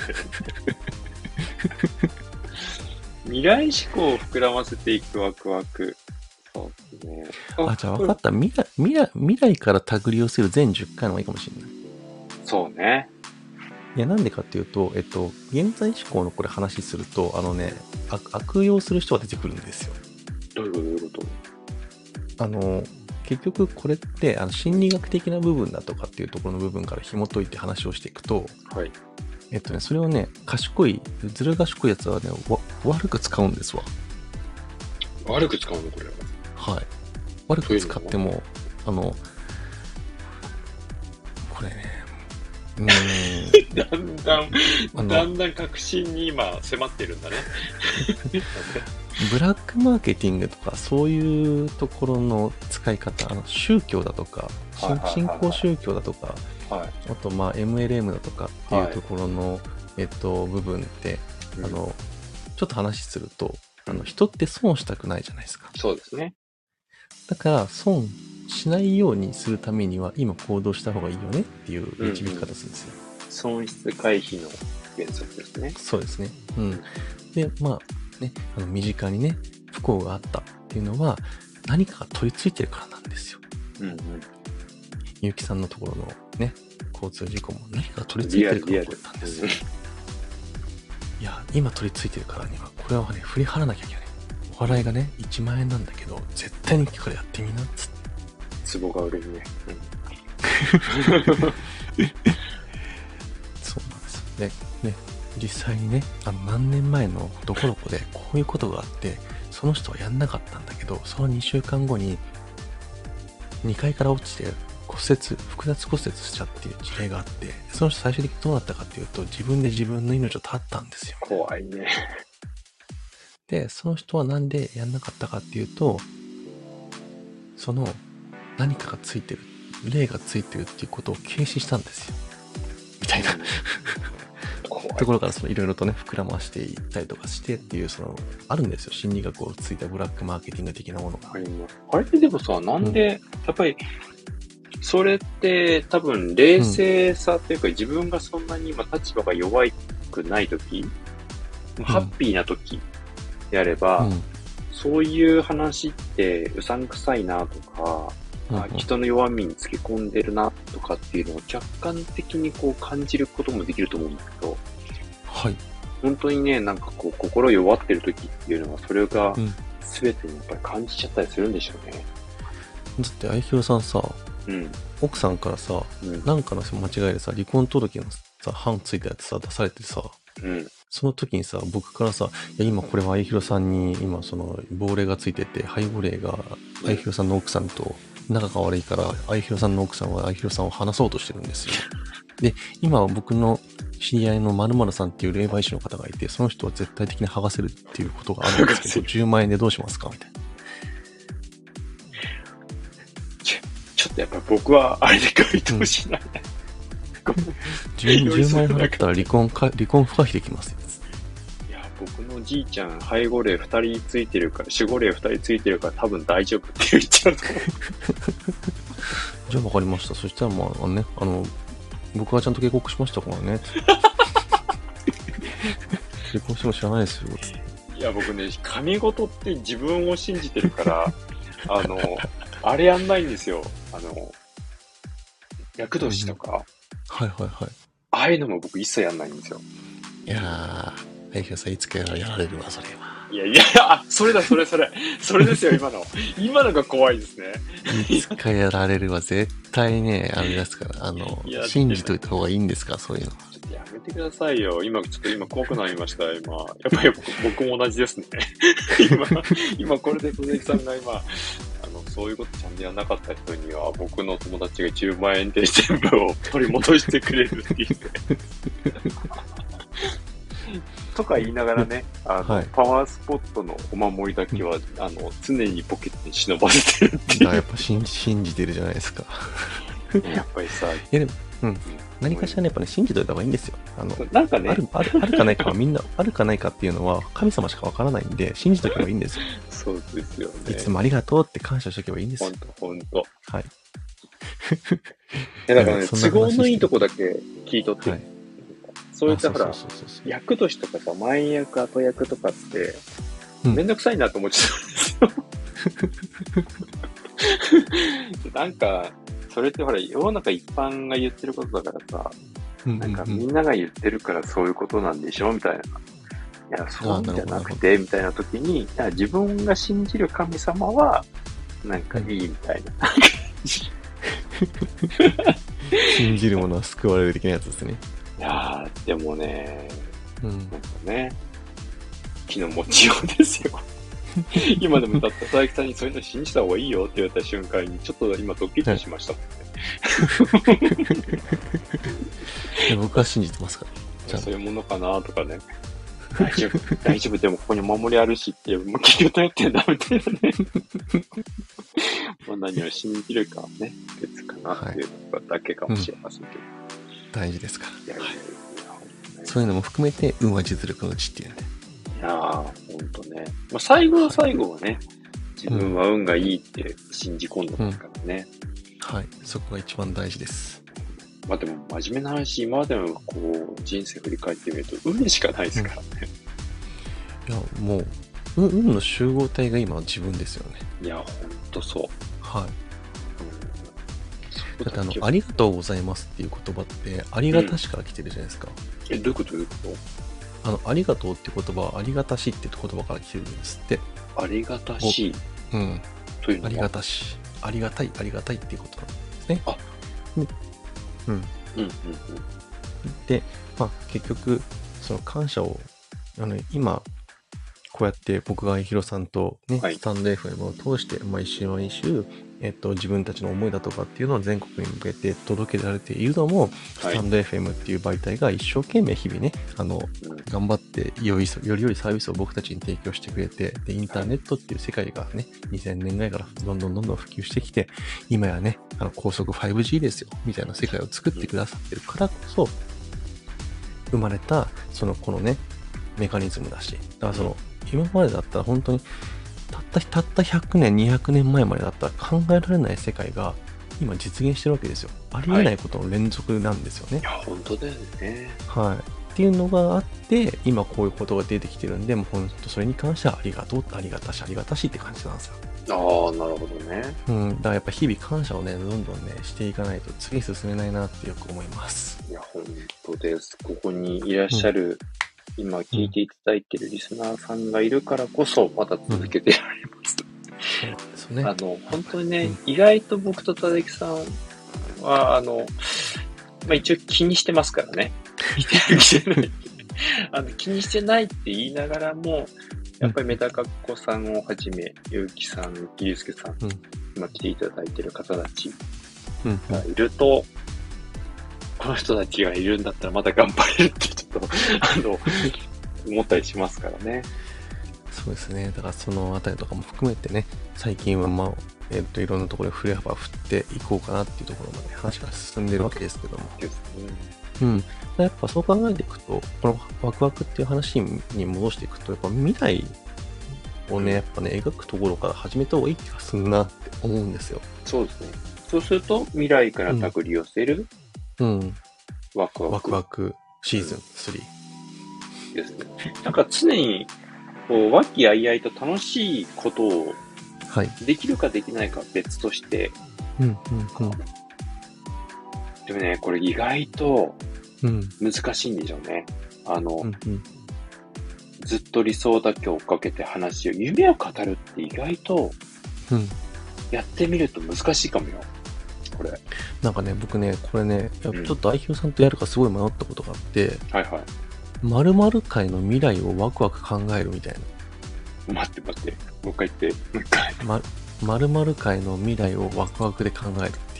未来志向を膨らませていくワクワク。そうですね。 じゃあ分かった。未来から手繰り寄せる全10回の方がいいかもしれない。 そうね。 いや、なんでかっていうと、現在志向のこれ話すると、悪用する人が出てくるんですよ。 どういうこと結局これって、心理学的な部分だとかっていうところの部分から紐解いて話をしていくと、 はい。 それをね、ずる賢いやつはね、悪く使うんですわ。 悪く使うのこれは。 はい。悪く使っても、これね、 だんだん確信に今迫ってるんだね。 ブラックマーケティングとかそういうところの使い方、宗教だとか、新興宗教だとか、 はい、 あとMLM だとかっていうところの、部分って、ちょっと話すると、人って損したくないじゃないですか。 そうですね。 だから損しないようにするためには今行動した方がいいよねっていう導き方するんですよ。 損失回避の原則ですね。 そうですね。で、身近にね、不幸があったっていうのは何かが取り付いてるからなんですよ。ゆうきさんのところのね、交通事故も何かが取り付いてるから起こったんですよ。いや、今取り付いてるからには、これはね、振り払わなきゃいけない。お払いがね、1万円なんだけど、絶対に行くからやってみな、つって。 壺が売れるね。 そうなんですよ。ね、実際にね、何年前のどこどこでこういうことがあって、その人はやんなかったんだけど、その2週間後に2階から落ちて複雑骨折しちゃっていう事例があって、その人最終的にどうなったかっていうと、自分で自分の命を絶ったんですよ。 怖いね。 で、その人はなんでやんなかったかっていうと、その何かがついてる、霊がついてるっていうことを軽視したんですよ。みたいなところからいろいろとね、膨らましていったりとかしてっていう、あるんですよ。心理学をついたブラックマーケティング的なものが。 あれってでもさ、なんで、やっぱり、それって多分冷静さというか、自分がそんなに今立場が弱くないとき、ハッピーなときであれば、 そういう話ってうさんくさいなとか、人の弱みにつけ込んでるなとかっていうのを客観的にこう感じることもできると思うんだけど、 はい。 本当にね、なんかこう心弱ってる時っていうのはそれが全てにやっぱり感じちゃったりするんでしょうね。 だって愛弘さんさ、 うん。 奥さんからさ、なんかの間違いでさ、離婚届のさ、版ついたやつさ、出されてさ、その時にさ、僕からさ、いや今これは愛弘さんに、今その亡霊がついてて、背後霊が愛弘さんの奥さんと仲が悪いから、愛弘さんの奥さんは愛弘さんを話そうとしてるんですよ。で、今は僕の知り合いの〇〇さんっていう霊媒師の方がいて、その人は絶対的に剥がせるっていうことがあるんですけど、10万円でどうしますかみたいな。 ちょっとやっぱ僕はあれで回答しない。 10万円払ったら離婚不可避できますよ。 いや、僕のじいちゃん、背後霊2人ついてるから、守護霊2人ついてるから多分大丈夫って言っちゃうと思う。 じゃあ分かりました。そしたらまあね、僕はちゃんと警告しましたからね。離婚しても知らないですよ。 いや、僕ね、神事って自分を信じてるから、あれやんないんですよ。厄年とか、 はいはいはい。 ああいうのも僕一切やんないんですよ。 いやー、愛弘さんいつかやられるわ、それは。 いや、それですよ、今の。今のが怖いですね。 いつかやられるわ、絶対ね、あれですから、信じといた方がいいんですか、そういうの。 ちょっとやめてくださいよ。今怖くなりました、今。やっぱり僕も同じですね。今これで鈴木さんが今、そういうことちゃんとやんなかった人には、僕の友達が10万円で全部を取り戻してくれるっていうね。とか言いながらね、はい、パワースポットのお守りだけは、常にポケットに忍ばせてるっていう。 やっぱ信じてるじゃないですか。 やっぱりさ、 でも、何かしらね、やっぱね、信じといた方がいいんですよ。 なんかね、 あるかないかはみんな、あるかないかっていうのは神様しかわからないんで、信じとけばいいんですよ。 そうですよね。 いつもありがとうって感謝しとけばいいんですよ。 ほんと。 はい。 だからね、都合のいいとこだけ聞いとって。はい、そういったほら、役年とかさ、前役、後役とかって、めんどくさいなと思っちゃうんですよ。なんか、それってほら、世の中一般が言ってることだからさ、なんかみんなが言ってるからそういうことなんでしょみたいな。いや、そうじゃなくて、みたいな時に、いや自分が信じる神様は、なんかいいみたいな。 信じるものは救われる的なやつですね。 いやー、でもね、なんかね、気の持ちようですよ。今でもだって佐々木さんにそういうの信じた方がいいよって言われた瞬間に、ちょっと今ドキッとしましたもんね。 僕は信じてますから。 そういうものかなとかね。大丈夫、でもここにお守りあるしっていう、もう結局頼ってんだみたいなね。まあ何を信じるかはね、別かなっていうのだけかもしれませんけど。 大事ですから。 いや、 そういうのも含めて、運は実力のうちっていうね。 いやー、ほんとね。まあ、最後はね、自分は運がいいって信じ込んでますからね。 はい、そこが一番大事です。 まあでも、真面目な話、今までのこう、人生振り返ってみると、運しかないですからね。 いや、もう、運の集合体が今は自分ですよね。 いや、ほんとそう。 はい。だってありがとうございますっていう言葉って、ありがたしから来てるじゃないですか。 どういうことありがとうって言葉は、ありがたしって言葉から来てるんですって。 ありがたしというのはありがたし。ありがたいっていうことなんですね。で、まあ、結局、その感謝を、今、こうやって僕が愛弘さんとね、スタンド FM を通して、毎週毎週、自分たちの思いだとかっていうのを全国に向けて届けられているのも、スタンド FM っていう媒体が一生懸命日々ね、頑張ってより良いサービスを僕たちに提供してくれて、で、インターネットっていう世界がね、2000年ぐらいからどんどん普及してきて、今やね、高速 5G ですよ、みたいな世界を作ってくださってるからこそ、生まれた、このね、メカニズムだし、だから今までだったら本当に、たった100年、200年前までだったら考えられない世界が今実現してるわけですよ。ありえないことの連続なんですよね。 いや、本当だよね。 はい。 っていうのがあって、今こういうことが出てきてるんで、もう本当それに関してはありがとう、ありがたし、ありがたしって感じなんですよ。 ああ、なるほどね。 だからやっぱ日々感謝をね、どんどんね、していかないと次進めないなってよく思います。 いや、本当です。ここにいらっしゃる、今聞いていただいてるリスナーさんがいるからこそ、また続けてられます。 そうなんですよね。 本当にね、意外と僕とただきさんは、一応気にしてますからね。気にしてないって言いながらも、やっぱりメタカッコさんをはじめ、ゆうきさん、ゆうすけさん、今来ていただいてる方たちがいると、この人たちがいるんだったらまた頑張れるってちょっと、思ったりしますからね。 そうですね。だからそのあたりとかも含めてね、最近はいろんなところで振れ幅を振っていこうかなっていうところまで話が進んでるわけですけども。 ですね。 やっぱそう考えていくと、このワクワクっていう話に戻していくと、やっぱ未来をね、やっぱね、描くところから始めた方がいい気がするなって思うんですよ。 そうですね。そうすると、未来から手繰り寄せる、ワクワク。 ワクワクシーズン3。 ですね。なんか常に、こう、和気あいあいと楽しいことを、できるかできないかは別として、でもね、これ意外と難しいんでしょうね。ずっと理想だけ追っかけて夢を語るって意外と、やってみると難しいかもよ。これ。 なんかね、僕ね、これね、ちょっと愛表さんとやるかすごい迷ったことがあって、〇〇界の未来をワクワク考えるみたいな。待って。もう一回言って。もう一回。 〇〇界の未来をワクワクで考えるっていう。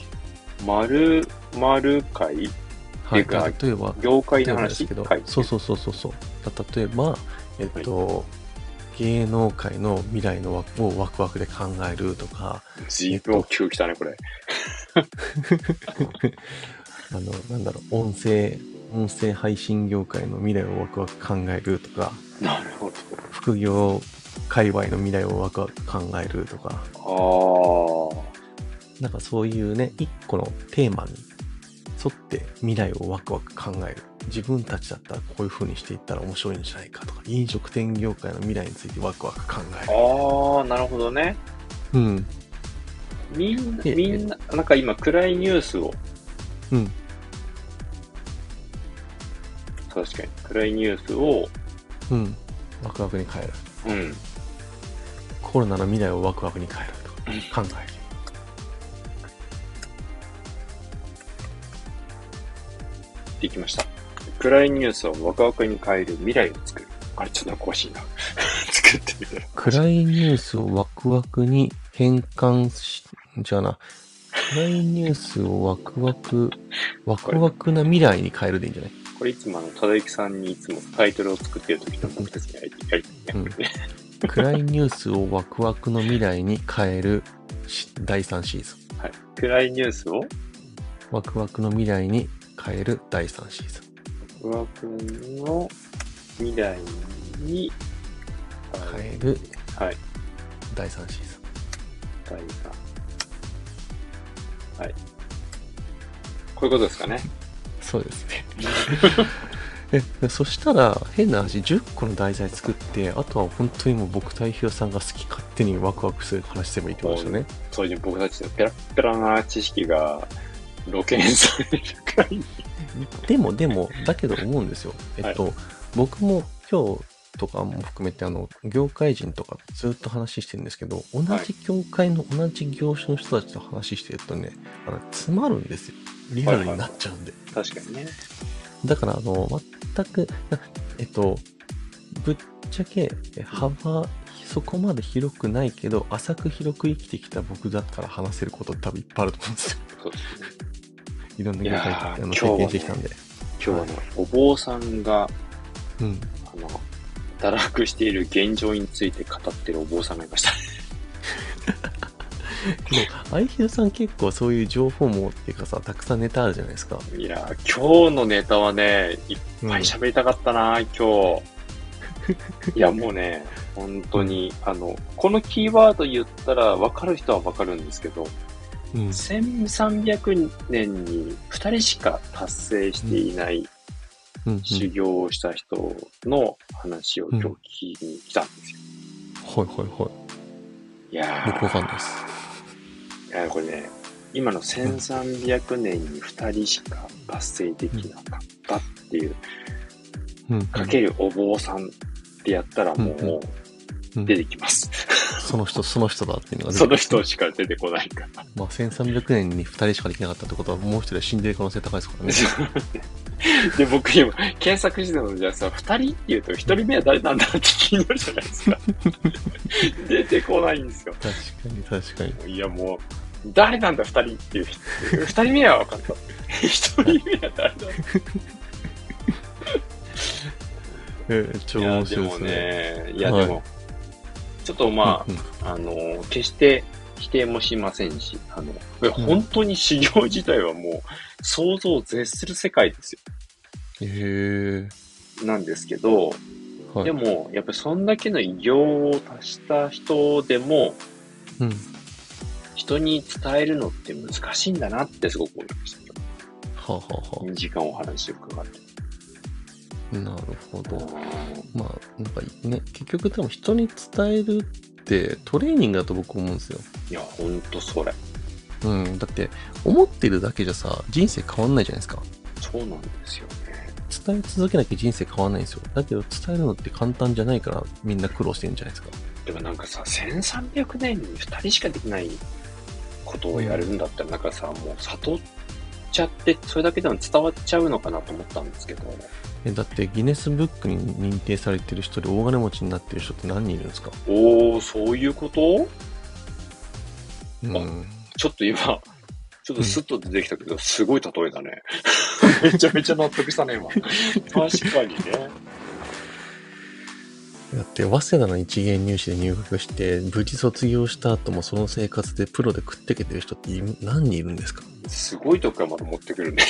〇〇界はい。例えば、 業界の話ですけど、そう。例えば、芸能界の未来をワクワクで考えるとか。 随分大きく来たね、これ。 なんだろう、音声配信業界の未来をワクワク考えるとか。 なるほど。 副業界隈の未来をワクワク考えるとか。なんかそういうね、一個のテーマに沿って未来をワクワク考える。自分たちだったらこういう風にしていったら面白いんじゃないかとか、飲食店業界の未来についてワクワク考える。 なるほどね。みんな、なんか今暗いニュースを。確かに。暗いニュースを。 ワクワクに変える。コロナの未来をワクワクに変えるとか、考える。 できました。暗いニュースをワクワクに変える未来を作る。あれ、ちょっと詳しいな。作ってみたら。 暗いニュースをワクワクに変換暗いニュースをワクワクな未来に変えるでいいんじゃない？ これいつもただゆきさんにいつもタイトルを作ってる時の僕たちにやりたいね。 暗いニュースをワクワクの未来に変える第3シーズン。 はい。暗いニュースをワクワクの未来に変える第3シーズン。ワクワクの未来に変える第3シーズン。 第3。はい。こういうことですかね。 そうですね。そしたら、変な話、10個の題材作って、あとは本当にもう僕とひろさんが好き勝手にワクワクする話すればいいってことですよね。 そういう僕たちのペラペラな知識が露見されるくらい。 でも、だけど思うんですよ。僕も今日とかも含めて、業界人とかずっと話してるんですけど、同じ業界の同じ業種の人たちと話してるとね、詰まるんですよ。リアルになっちゃうんで。 確かにね。 だから、全く、ぶっちゃけ、幅、そこまで広くないけど、浅く広く生きてきた僕だったら話せること多分いっぱいあると思うんですよ。 そうですね。 いろんな業界経験してきたんで。 今日はね、お坊さんが、堕落している現状について語ってるお坊さんがいました。 でも、愛ひろさん結構そういう情報網っていうかさ、たくさんネタあるじゃないですか。 いや、今日のネタはね、いっぱい喋りたかったな、今日。いや、もうね、本当に、このキーワード言ったら分かる人は分かるんですけど、1300年に2人しか達成していないうんうん。 修行した人の話を今日聞きに来たんですよ。 はいはいはい。 いや僕わかんないです。 これね、今の1300年に2人しか達成できなかったっていう、かけるお坊さんってやったらもう出てきます。 その人だっていうのがその人しか出てこないから。 まあ、1300年に2人しかできなかったってことは、もう一人は死んでる可能性高いですからね。 で、僕今、検索してたのじゃあさ、2人って言うと1人目は誰なんだって気になるじゃないですか。出てこないんですよ。 確かに。 いやもう、誰なんだ2人っていう人。2人目は分かった。1人目は誰だ超面白いですね。いやでも、ちょっとまあ、決して否定もしませんし、本当に修行自体はもう想像を絶する世界ですよ。なんですけど、でも、やっぱりそんだけの偉業を達した人でも、人に伝えるのって難しいんだなってすごく思いました。時間お話を伺って。 なるほど。まあ、なんかね、結局でも人に伝えるってトレーニングだと僕思うんですよ。 いや、ほんとそれ。 だって、思ってるだけじゃさ、人生変わんないじゃないですか。 そうなんですよね。 伝え続けなきゃ人生変わんないんですよ。だけど伝えるのって簡単じゃないからみんな苦労してるんじゃないですか。 でもなんかさ、1300年に2人しかできないことをやるんだったら、なんかさ、もう悟っちゃって、それだけでも伝わっちゃうのかなと思ったんですけど。 だってギネスブックに認定されてる人で大金持ちになってる人って何人いるんですか？ そういうこと？ちょっと今、ちょっとスッと出てきたけど、すごい例えだね。めちゃめちゃ納得したね、今。確かにね。 だって、早稲田の一芸入試で入学して、無事卒業した後もその生活でプロで食っていけてる人って何人いるんですか？ すごいとこからまで持ってくるね。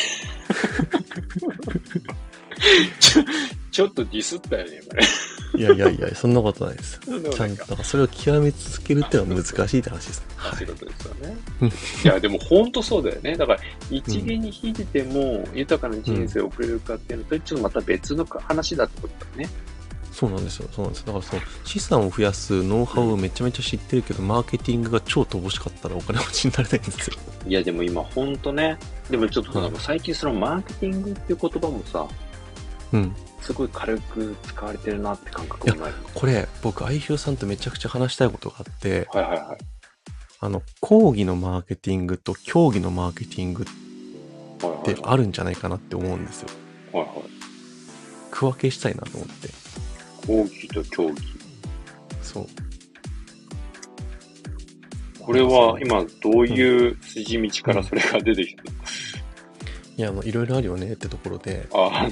ちょっとディスったよね、今ね。 いや、そんなことないです。ちゃんと、だからそれを極め続けるっていうのは難しいって話です。 そういうことですよね。いや、でも本当そうだよね。だから、一芸に引いてても豊かな人生を送れるかっていうのと、ちょっとまた別の話だってことだよね。 そうなんですよ。だから資産を増やすノウハウをめちゃめちゃ知ってるけど、マーケティングが超乏しかったらお金持ちになれないんですよ。 いや、でも今ほんとね。でもちょっとなんか最近そのマーケティングっていう言葉もさ、すごい軽く使われてるなって感覚もない。 これ、僕、愛表さんとめちゃくちゃ話したいことがあって、講義のマーケティングと競技のマーケティングってあるんじゃないかなって思うんですよ。区分けしたいなと思って。 講義と競技。 そう。 これは今どういう筋道からそれが出てきたの？ いや、いろいろあるよねってところで。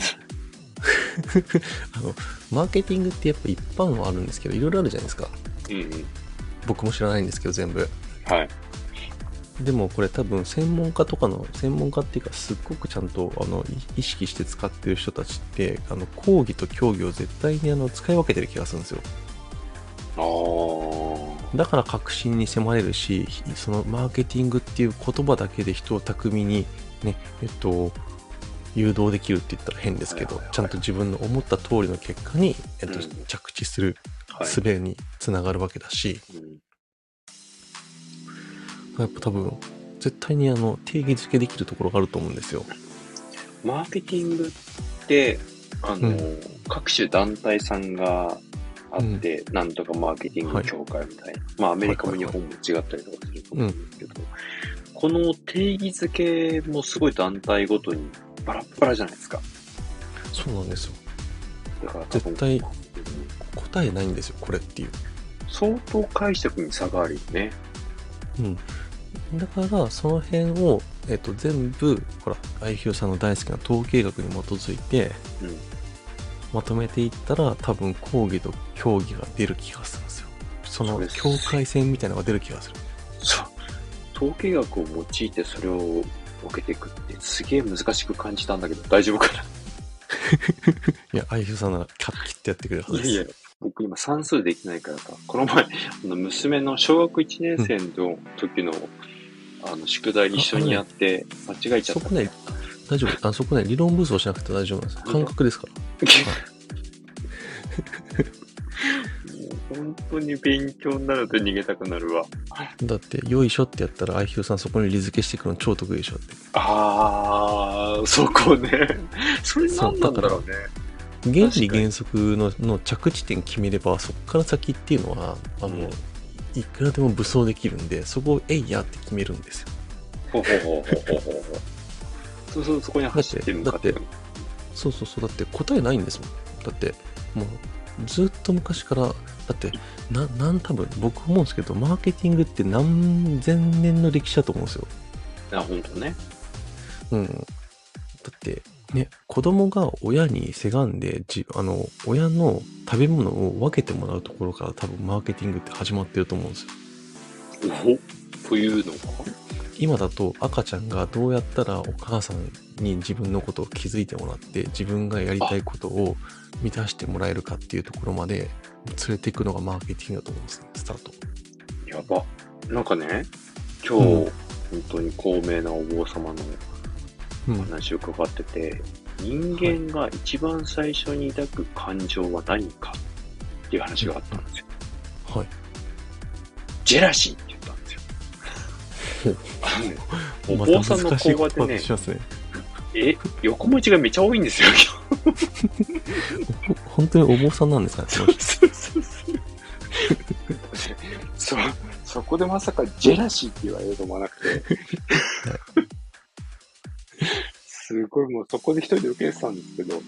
マーケティングってやっぱ一般はあるんですけど、いろいろあるじゃないですか。僕も知らないんですけど、全部。でもこれ多分専門家っていうかすっごくちゃんと意識して使ってる人たちって講義と競技を絶対に使い分けてる気がするんですよ。だから革新に迫れるし、そのマーケティングっていう言葉だけで人を巧みにね、誘導できるって言ったら変ですけど、ちゃんと自分の思った通りの結果に、着地する術につながるわけだし、やっぱ多分絶対に定義づけできるところがあると思うんですよ。 マーケティングって各種団体さんがあって、なんとかマーケティング協会みたいな、まあアメリカも日本も違ったりとかすると思うんですけど、この定義づけもすごい団体ごとにバラッバラじゃないですか。 そうなんですよ。 だから絶対答えないんですよ、これっていう。 相当解釈に差があるよね。 だからその辺を、全部ほらIQさんの大好きな統計学に基づいて、まとめていったら多分講義と競技が出る気がするんですよ。その境界線みたいなのが出る気がする。 そう。統計学を用いてそれを受けていくってすげえ難しく感じたんだけど大丈夫かな？ いや、IQさんならキャッキってやってくれるはずです。 いやいや、僕今算数できないからさ、この前娘の小学1年生の時の宿題一緒にやって間違えちゃった。 大丈夫。そこね、理論武装しなくて大丈夫なんです。感覚ですから。 もう本当に勉強になると逃げたくなるわ。 だって、よいしょってやったら、IQ さんそこにリ付けしてくるの超得意でしょって。 そこね。それ何なんだろうね。 原理原則の着地点決めれば、そこから先っていうのは、いくらでも武装できるんで、そこをえいやって決めるんですよ。 ほう。そこに走ってるのかって。 そう。だって答えないんですもん。だって、もう、ずっと昔から、だって、多分、僕思うんですけど、マーケティングって何千年の歴史だと思うんですよ。 本当ね。 だって、ね、子供が親にせがんで、親の食べ物を分けてもらうところから多分マーケティングって始まってると思うんですよ。 というのが今だと赤ちゃんがどうやったらお母さんに自分のことを気づいてもらって自分がやりたいことを満たしてもらえるかっていうところまで連れていくのがマーケティングだと思うんですね、スタート。 やば。なんかね、今日、本当に高名なお坊様の話を伺ってて、人間が一番最初に抱く感情は何かっていう話があったんですよ。 はい。 ジェラシーって言ったんですよ。お坊さんの講話でね、横文字がめちゃ多いんですよ。 本当にお坊さんなんですかね。 そこでまさかジェラシーって言われると思わなくて、すごいもうそこで一人で受けてたんですけど、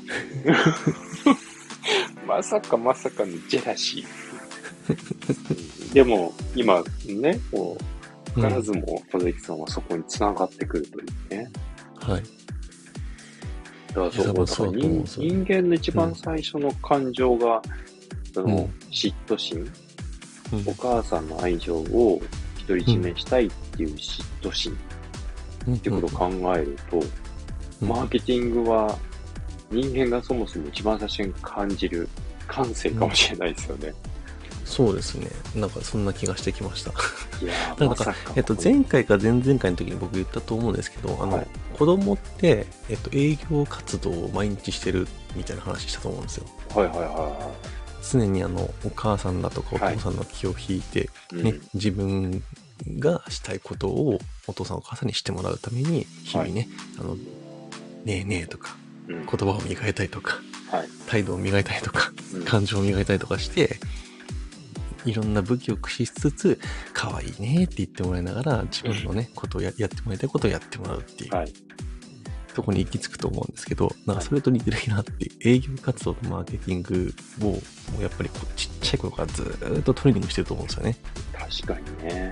まさかのジェラシー。でも今ね、こう図らずも小関さんはそこに繋がってくるというね。 はい。 だから人間の一番最初の感情が、嫉妬心、お母さんの愛情を独り占めしたいっていう嫉妬心ってことを考えると、マーケティングは人間がそもそも一番最初に感じる感性かもしれないですよね。 そうですね。なんかそんな気がしてきました。 いやなんか、前回か前々回の時に僕言ったと思うんですけど、子供って、営業活動を毎日してるみたいな話したと思うんですよ。常にお母さんだとかお父さんの気を引いて、自分がしたいことをお父さんお母さんにしてもらうために、日々ね、ねえねえとか、言葉を磨いたりとか、態度を磨いたりとか、感情を磨いたりとかして、いろんな武器を駆使しつつ、可愛いねって言ってもらいながら、自分のね、ことをやってもらいたいことをやってもらうっていう、とこに行き着くと思うんですけど、なんかそれと似てるなって、営業活動とマーケティングを、もうやっぱりちっちゃい頃からずーっとトレーニングしてると思うんですよね。 確かにね。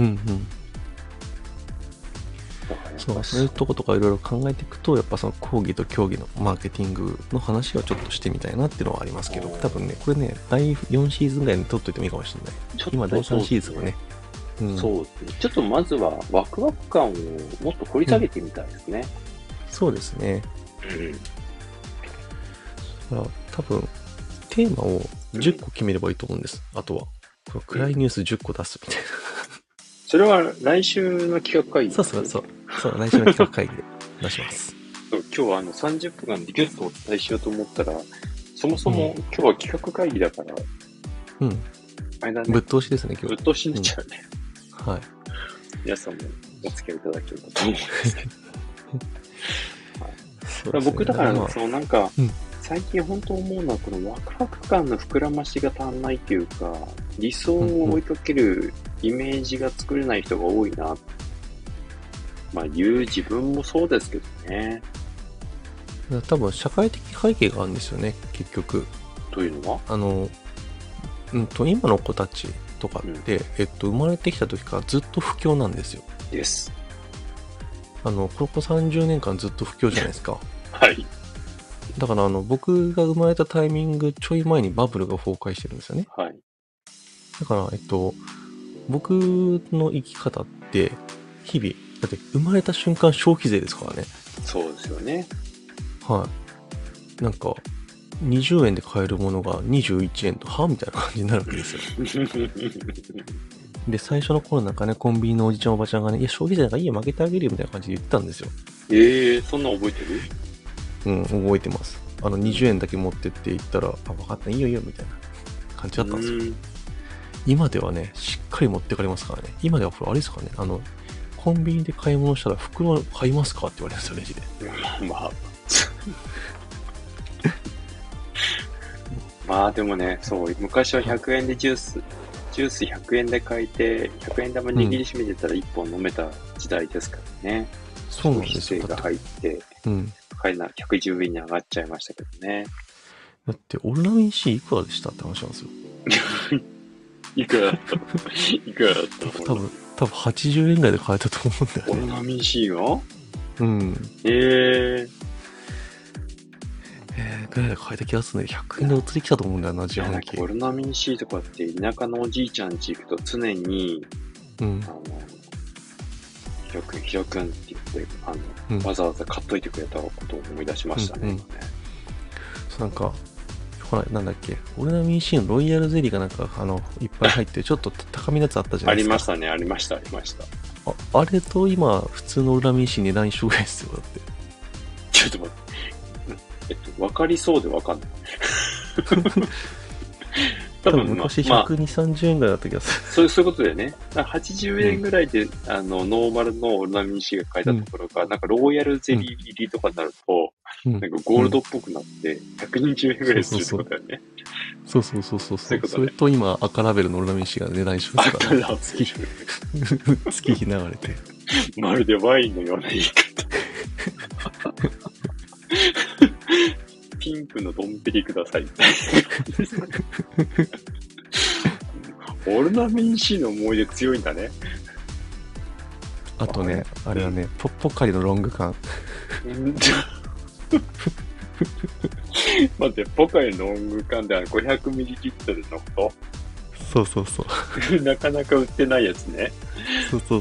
そういうとことかいろいろ考えていくと、やっぱその講義と競技のマーケティングの話はちょっとしてみたいなっていうのはありますけど、多分ね、これね、第4シーズンぐらいに撮っといてもいいかもしれない。今第3シーズンはね。 そうですね。ちょっとまずはワクワク感をもっと掘り下げてみたいですね。 そうですね。多分、テーマを10個決めればいいと思うんです。あとは。この暗いニュース10個出すみたいな。 それは来週の企画会議、 そう、来週の企画会議で出します。 今日は30分間でギュッとお伝えしようと思ったら、そもそも今日は企画会議だから、あれだね。 ぶっ通しですね、今日。 ぶっ通しになっちゃうね。 はい。 皆さんもお付き合いいただければと思うんですけど。僕だから、なんか、最近本当思うのは、このワクワク感の膨らましが足んないというか、理想を追いかけるイメージが作れない人が多いな。言う自分もそうですけどね。 多分社会的背景があるんですよね、結局。 というのは今の子たちとかって、生まれてきた時からずっと不況なんですよ。 です。 ここ30年間ずっと不況じゃないですか。 はい。 だから僕が生まれたタイミングちょい前にバブルが崩壊してるんですよね。 はい。 だから、僕の生き方って、日々、だって生まれた瞬間消費税ですからね。 そうですよね。 はい。なんか、20円で買えるものが21円と、みたいな感じになるわけですよ。で、最初の頃なんかね、コンビニのおじちゃんおばちゃんがね、いや、消費税なんかいいよ、負けてあげるよ、みたいな感じで言ってたんですよ。 そんな覚えてる？ うん、覚えてます。20円だけ持ってって言ったら、あ、分かった、いいよいいよ、みたいな感じだったんですよ。今ではね、しっかり持ってかれますからね。今ではこれあれですかね、コンビニで買い物したら袋買いますかって言われるんですよ、レジで。 まあ。まあでもね、そう、昔は100円でジュース100円で買えて、100円玉握りしめてたら1本飲めた時代ですからね。 そうなんですよ。 消費税が入って、買えな110円に上がっちゃいましたけどね。 だって、オルナミン C いくらでしたって話なんですよ。 いくらだった多分80円ぐらいで買えたと思うんだよね。 オルナミン C が？ うん。ぐらいで買えた気がするね。100円で移り来たと思うんだよな、自販機。 オルナミン C とかって田舎のおじいちゃん家行くと常に、ひろくんって言って、わざわざ買っといてくれたことを思い出しましたね。 なんか、ほら、なんだっけ、オルナミン C のロイヤルゼリーがなんか、いっぱい入って、ちょっと高めのやつあったじゃないですか。 ありました。 あれと今、普通のオルナミン C 値段一緒ぐらいですよ、だって。 ちょっと待って。わかりそうでわかんない。 多分昔120、30円ぐらいだった気がする。そういうことだよね。80円ぐらいで、ノーマルのオルナミン C が買えたところが、なんかローヤルゼリー入りとかになると、なんかゴールドっぽくなって、120円ぐらいするってことだよね。 そう。それと今、赤ラベルのオルナミン C が値段一緒ですから、ね。月日流れて。 まるでワインのような言い方。ピンクのドンペリください。オルナミン C の思い出強いんだね。 あとね、あれはね、ポカリのロング缶。 待って、ポカリのロング缶で500ml のこと？ そうなかなか売ってないやつね。 そう。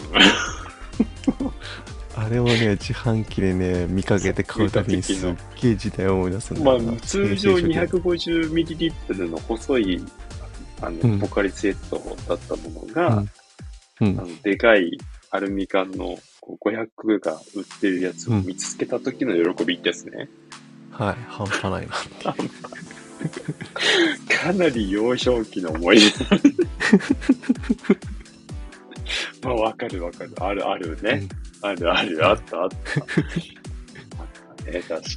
あれをね、自販機でね、見かけて買うたびにすっげえ時代を思い出すんだよな。 通常 250ml の細い、ポカリスエットだったものが、でかいアルミ缶の500が売ってるやつを見つけた時の喜びってやつね。 はい、半端ないな。 かなり幼少期の思い出。まあ、わかる。あるね。あった。あったね、確かに。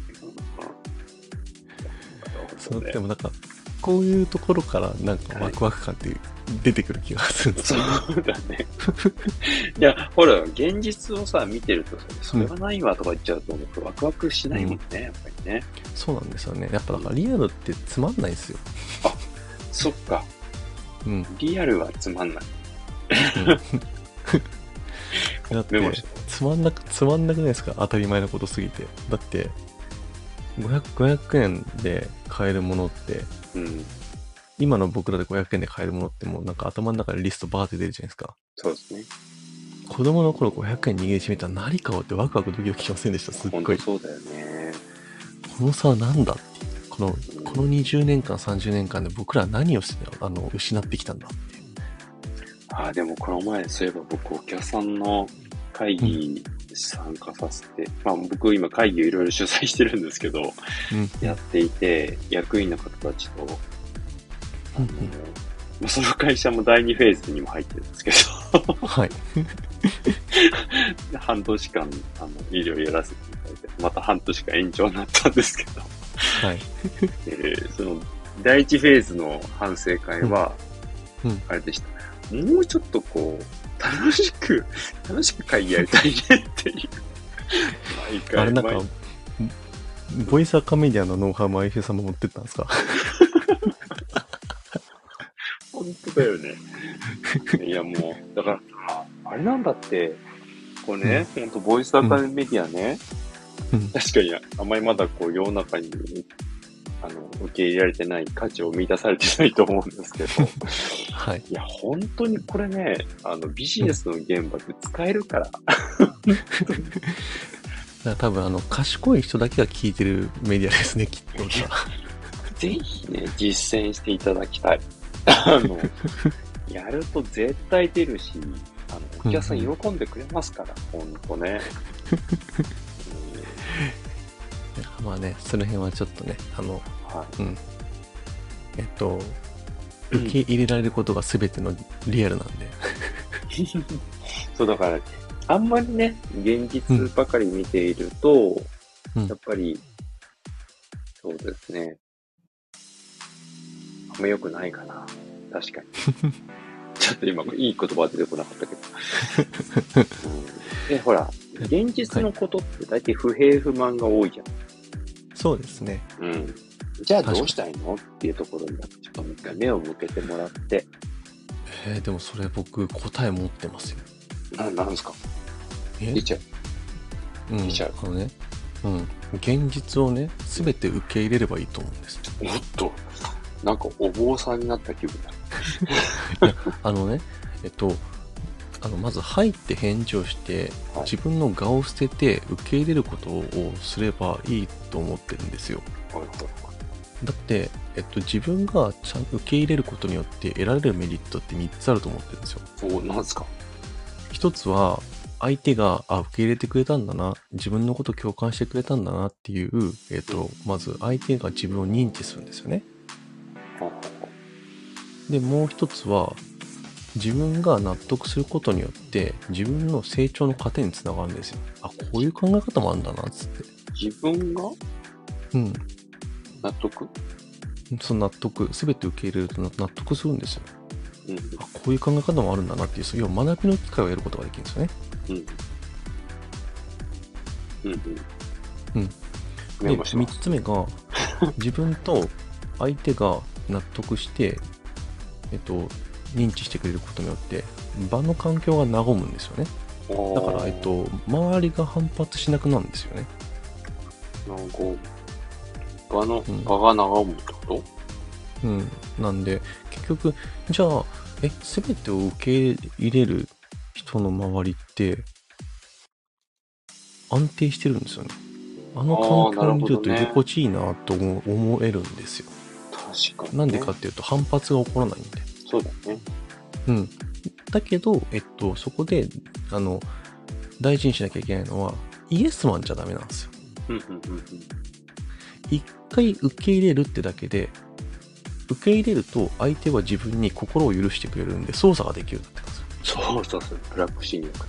そう、でもなんか、こういうところからなんかワクワク感って出てくる気がするんですよ。 そうだね。いや、ほら、現実をさ、見てるとさ、それはないわとか言っちゃうと、ワクワクしないもんね、やっぱりね。そうなんですよね。やっぱだからリアルってつまんないですよ。 あ、そっか。リアルはつまんない。 だってつまんなくないですか？当たり前のことすぎて。だって500円で買えるものって、今の僕らで500円で買えるものってもうなんか頭の中でリストバーって出るじゃないですか。 そうですね。 子供の頃500円握りしめたら何買おうってワクワクドキドキしませんでした？すっごい。 そうだよね。 この差は何だって。この20年間30年間で僕らは何を失ってきたんだっていう。 でもこの前、そういえば僕、お客さんの会議参加させて、僕今会議をいろいろ主催してるんですけど、やっていて、役員の方たちと、その会社も第2フェーズにも入ってるんですけど、 はい。 半年間、医療やらせていただいて、また半年間延長になったんですけど、 はい。 その、第1フェーズの反省会は、あれでした。もうちょっと楽しく会議やりたいねっていう。毎回。 あれなんか、ボイスアカメディアのノウハウもあいふさんも持ってったんですか？ 本当だよね。いやもう、だから、あれなんだって、これね、本当ボイスアカメディアね、確かにあんまりまだ世の中に受け入れられてない価値を見出されてないと思うんですけど、 はい。 いや、本当にこれね、ビジネスの現場で使えるから。 多分賢い人だけが聞いてるメディアですね、きっと。 ぜひね、実践していただきたい。やると絶対出るし、お客さん喜んでくれますから、ほんとね。 まあね、その辺はちょっとね、 はうん。受け入れられることが全てのリアルなんで。 い。そうだから、あんまりね、現実ばかり見ていると、 うんやっぱり、そうですね。あんま良くないかな。確かに。ちょっと今、いい言葉は出てこなかったけど。で、ほら、現実のことって大体不平不満が多いじゃん。 そうですね。 うん。じゃあどうしたいのっていうところに、ちょっともう一回目を向けてもらって。 でもそれ僕答え持ってますよ。 なんですか？ え出ちゃう。 うん。 出ちゃう。 現実をね、全て受け入れればいいと思うんです。 おっと、なんかお坊さんになった気分だ。 いや、まず入って返事をして、 はい自分の我を捨てて受け入れることをすればいいと思ってるんですよ。 はいはいだって、自分がちゃんと受け入れることによって得られるメリットって3つあると思ってるんですよ。 お、なんですか？ 一つは、相手が、受け入れてくれたんだな、自分のこと共感してくれたんだなっていう、まず相手が自分を認知するんですよね。 ははで、もう一つは、自分が納得することによって、自分の成長の糧につながるんですよ。こういう考え方もあるんだな、つって。 自分がうん。 納得？ その納得、すべて受け入れると納得するんですよ。 うん。 こういう考え方もあるんだなっていう、要は学びの機会を得ることができるんですよね。 うん。うん。 うん。 メで、 モします 3つ目が、自分と相手が納得して、認知してくれることによって、場の環境が和むんですよね。だから、周りが反発しなくなるんですよね。 なんか、場が和むってこと？ なんで、結局、じゃあ、すべてを受け入れる人の周りって、安定してるんですよね。環境にいると居心地いいなと思えるんですよ。 確かに、ね。 なんでかっていうと、反発が起こらないんで。 そうだね。 だけど、そこで、大事にしなきゃいけないのは、イエスマンじゃダメなんですよ。一回受け入れるってだけで、受け入れると相手は自分に心を許してくれるんで操作ができるようになってますよ。 そう。ブラックシーニ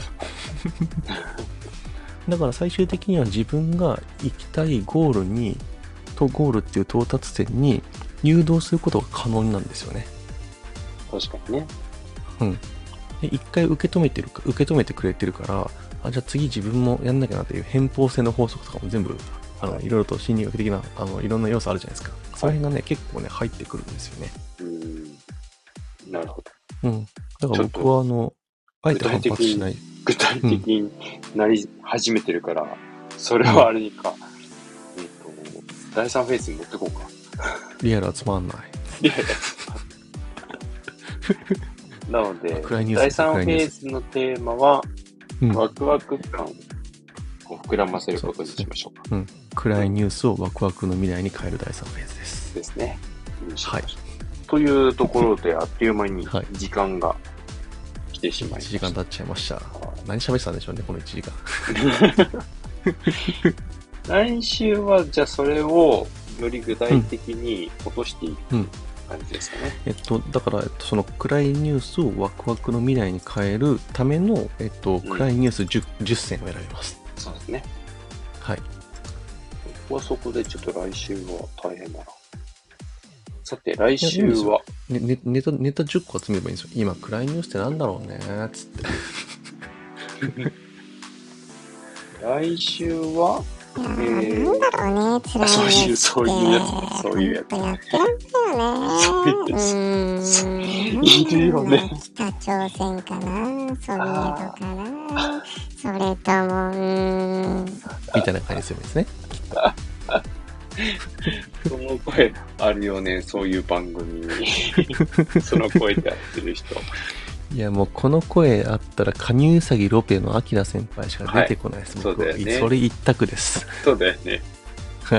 アだから最終的には自分が行きたいゴールっていう到達点に誘導することが可能なんですよね。 確かにね。 で一回受け止めてくれてるから、じゃあ次自分もやんなきゃなっていう偏方性の法則とかも全部いろいろと心理学的ないろんな要素あるじゃないですか。その辺がね、結構ね入ってくるんですよね。 なるほど。だから僕はあえて反発しない。 具体的になり始めてるから、それはあれにか、第3フェーズに持ってこうか。 リアルはつまんない。 なので、第3フェーズのテーマは、ワクワク感を膨らませることにしましょうか。 暗いニュースをワクワクの未来に変える第3フェーズです。 ですね。 はい。 というところで、あっという間に時間が来てしまいました。 1時間経っちゃいました。何喋ってたんでしょうね、この1時間。 来週は、じゃあそれをより具体的に落としていく感じですかね。 だから、その暗いニュースをワクワクの未来に変えるための、暗いニュース 10選を選びます。 そうですね。 はい。 僕はそこでちょっと来週は大変だな。さて、来週は。 ネタ10個集めればいいんですよ。今、暗いニュースってなんだろうね、つって。 来週はなんだろうね、辛いやつ。 そういうやつ。そういうやつ。 やってらんだよね。 いるよね。 北朝鮮かな、ソビエトかな、それとも、 みたいな感じするんですね。 その声あるよね、そういう番組に。その声でやってる人。 いや、もうこの声あったら、カニウサギロペのアキラ先輩しか出てこないです。 そうだよね。 それ一択です。 そうだよね。 はい。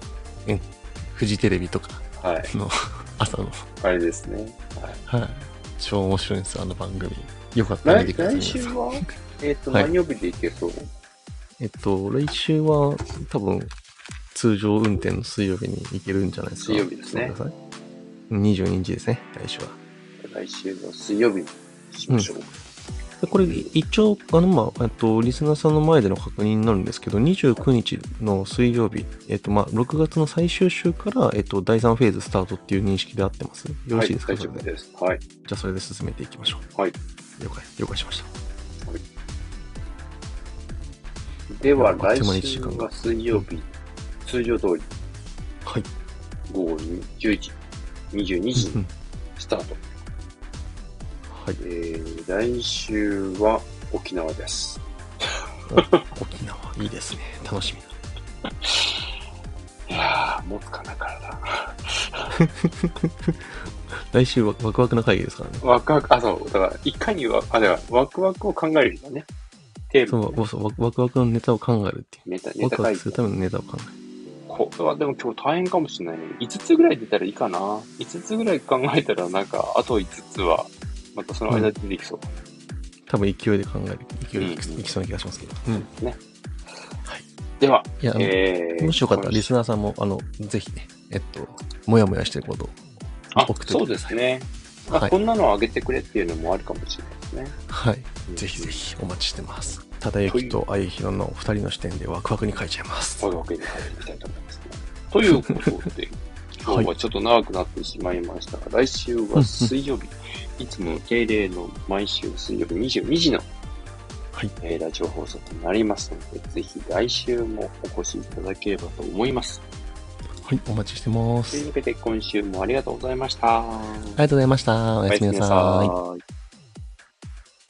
フジテレビとかの朝の。 あれですね。 はい。 超面白いんですよ、あの番組。よかったら見てください。 来週ははい何曜日で行けそう？ 来週は多分通常運転の水曜日に行けるんじゃないですか。 水曜日ですね。 22日ですね、来週は。 来週の水曜日にしましょう。 これ、一応、リスナーさんの前での確認になるんですけど、29日の水曜日、6月の最終週から、第3フェーズスタートっていう認識で合ってます？よろしいですか？ はい、大丈夫です。はい。 じゃあ、それで進めていきましょう。 はい。 了解しました。 はい、では、来週は水曜日、通常通り、 はい。 午後10時、22時にスタート。 はい。 来週は沖縄です。 沖縄、いいですね。楽しみだ。 いやー、持つかな、体。 来週はワクワクな会議ですからね。 ワクワク、そう、だから、いかにワクワクを考えるんだね。テーマ、ね。 そう、ワクワクのネタを考えるっていう。 ネタワクワクするためのネタを考える。 これはでも今日大変かもしれないね。5つぐらい出たらいいかな。5つぐらい考えたら、なんか、あと5つは、またその間で出てきそう。 多分勢いで考える。勢いでいきそうな気がしますけど。 ね。 はい。 では、 いや、もしよかったらリスナーさんも、ぜひね、もやもやしてることを送ってください。 そうですね。 はい、 こんなのをあげてくれっていうのもあるかもしれないですね。 はい。ぜひぜひお待ちしてます。ただゆきとあゆひろの2人の視点でワクワクに書いちゃいます。 ワクワクに書いていきたいと思いますね。ということで、今日はちょっと長くなってしまいましたが、来週は水曜日、いつも定例の毎週水曜日22時の、ラジオ放送となりますので、ぜひ来週もお越しいただければと思います。 はい、お待ちしてます。 というわけで今週もありがとうございました。 ありがとうございました。おやすみなさい。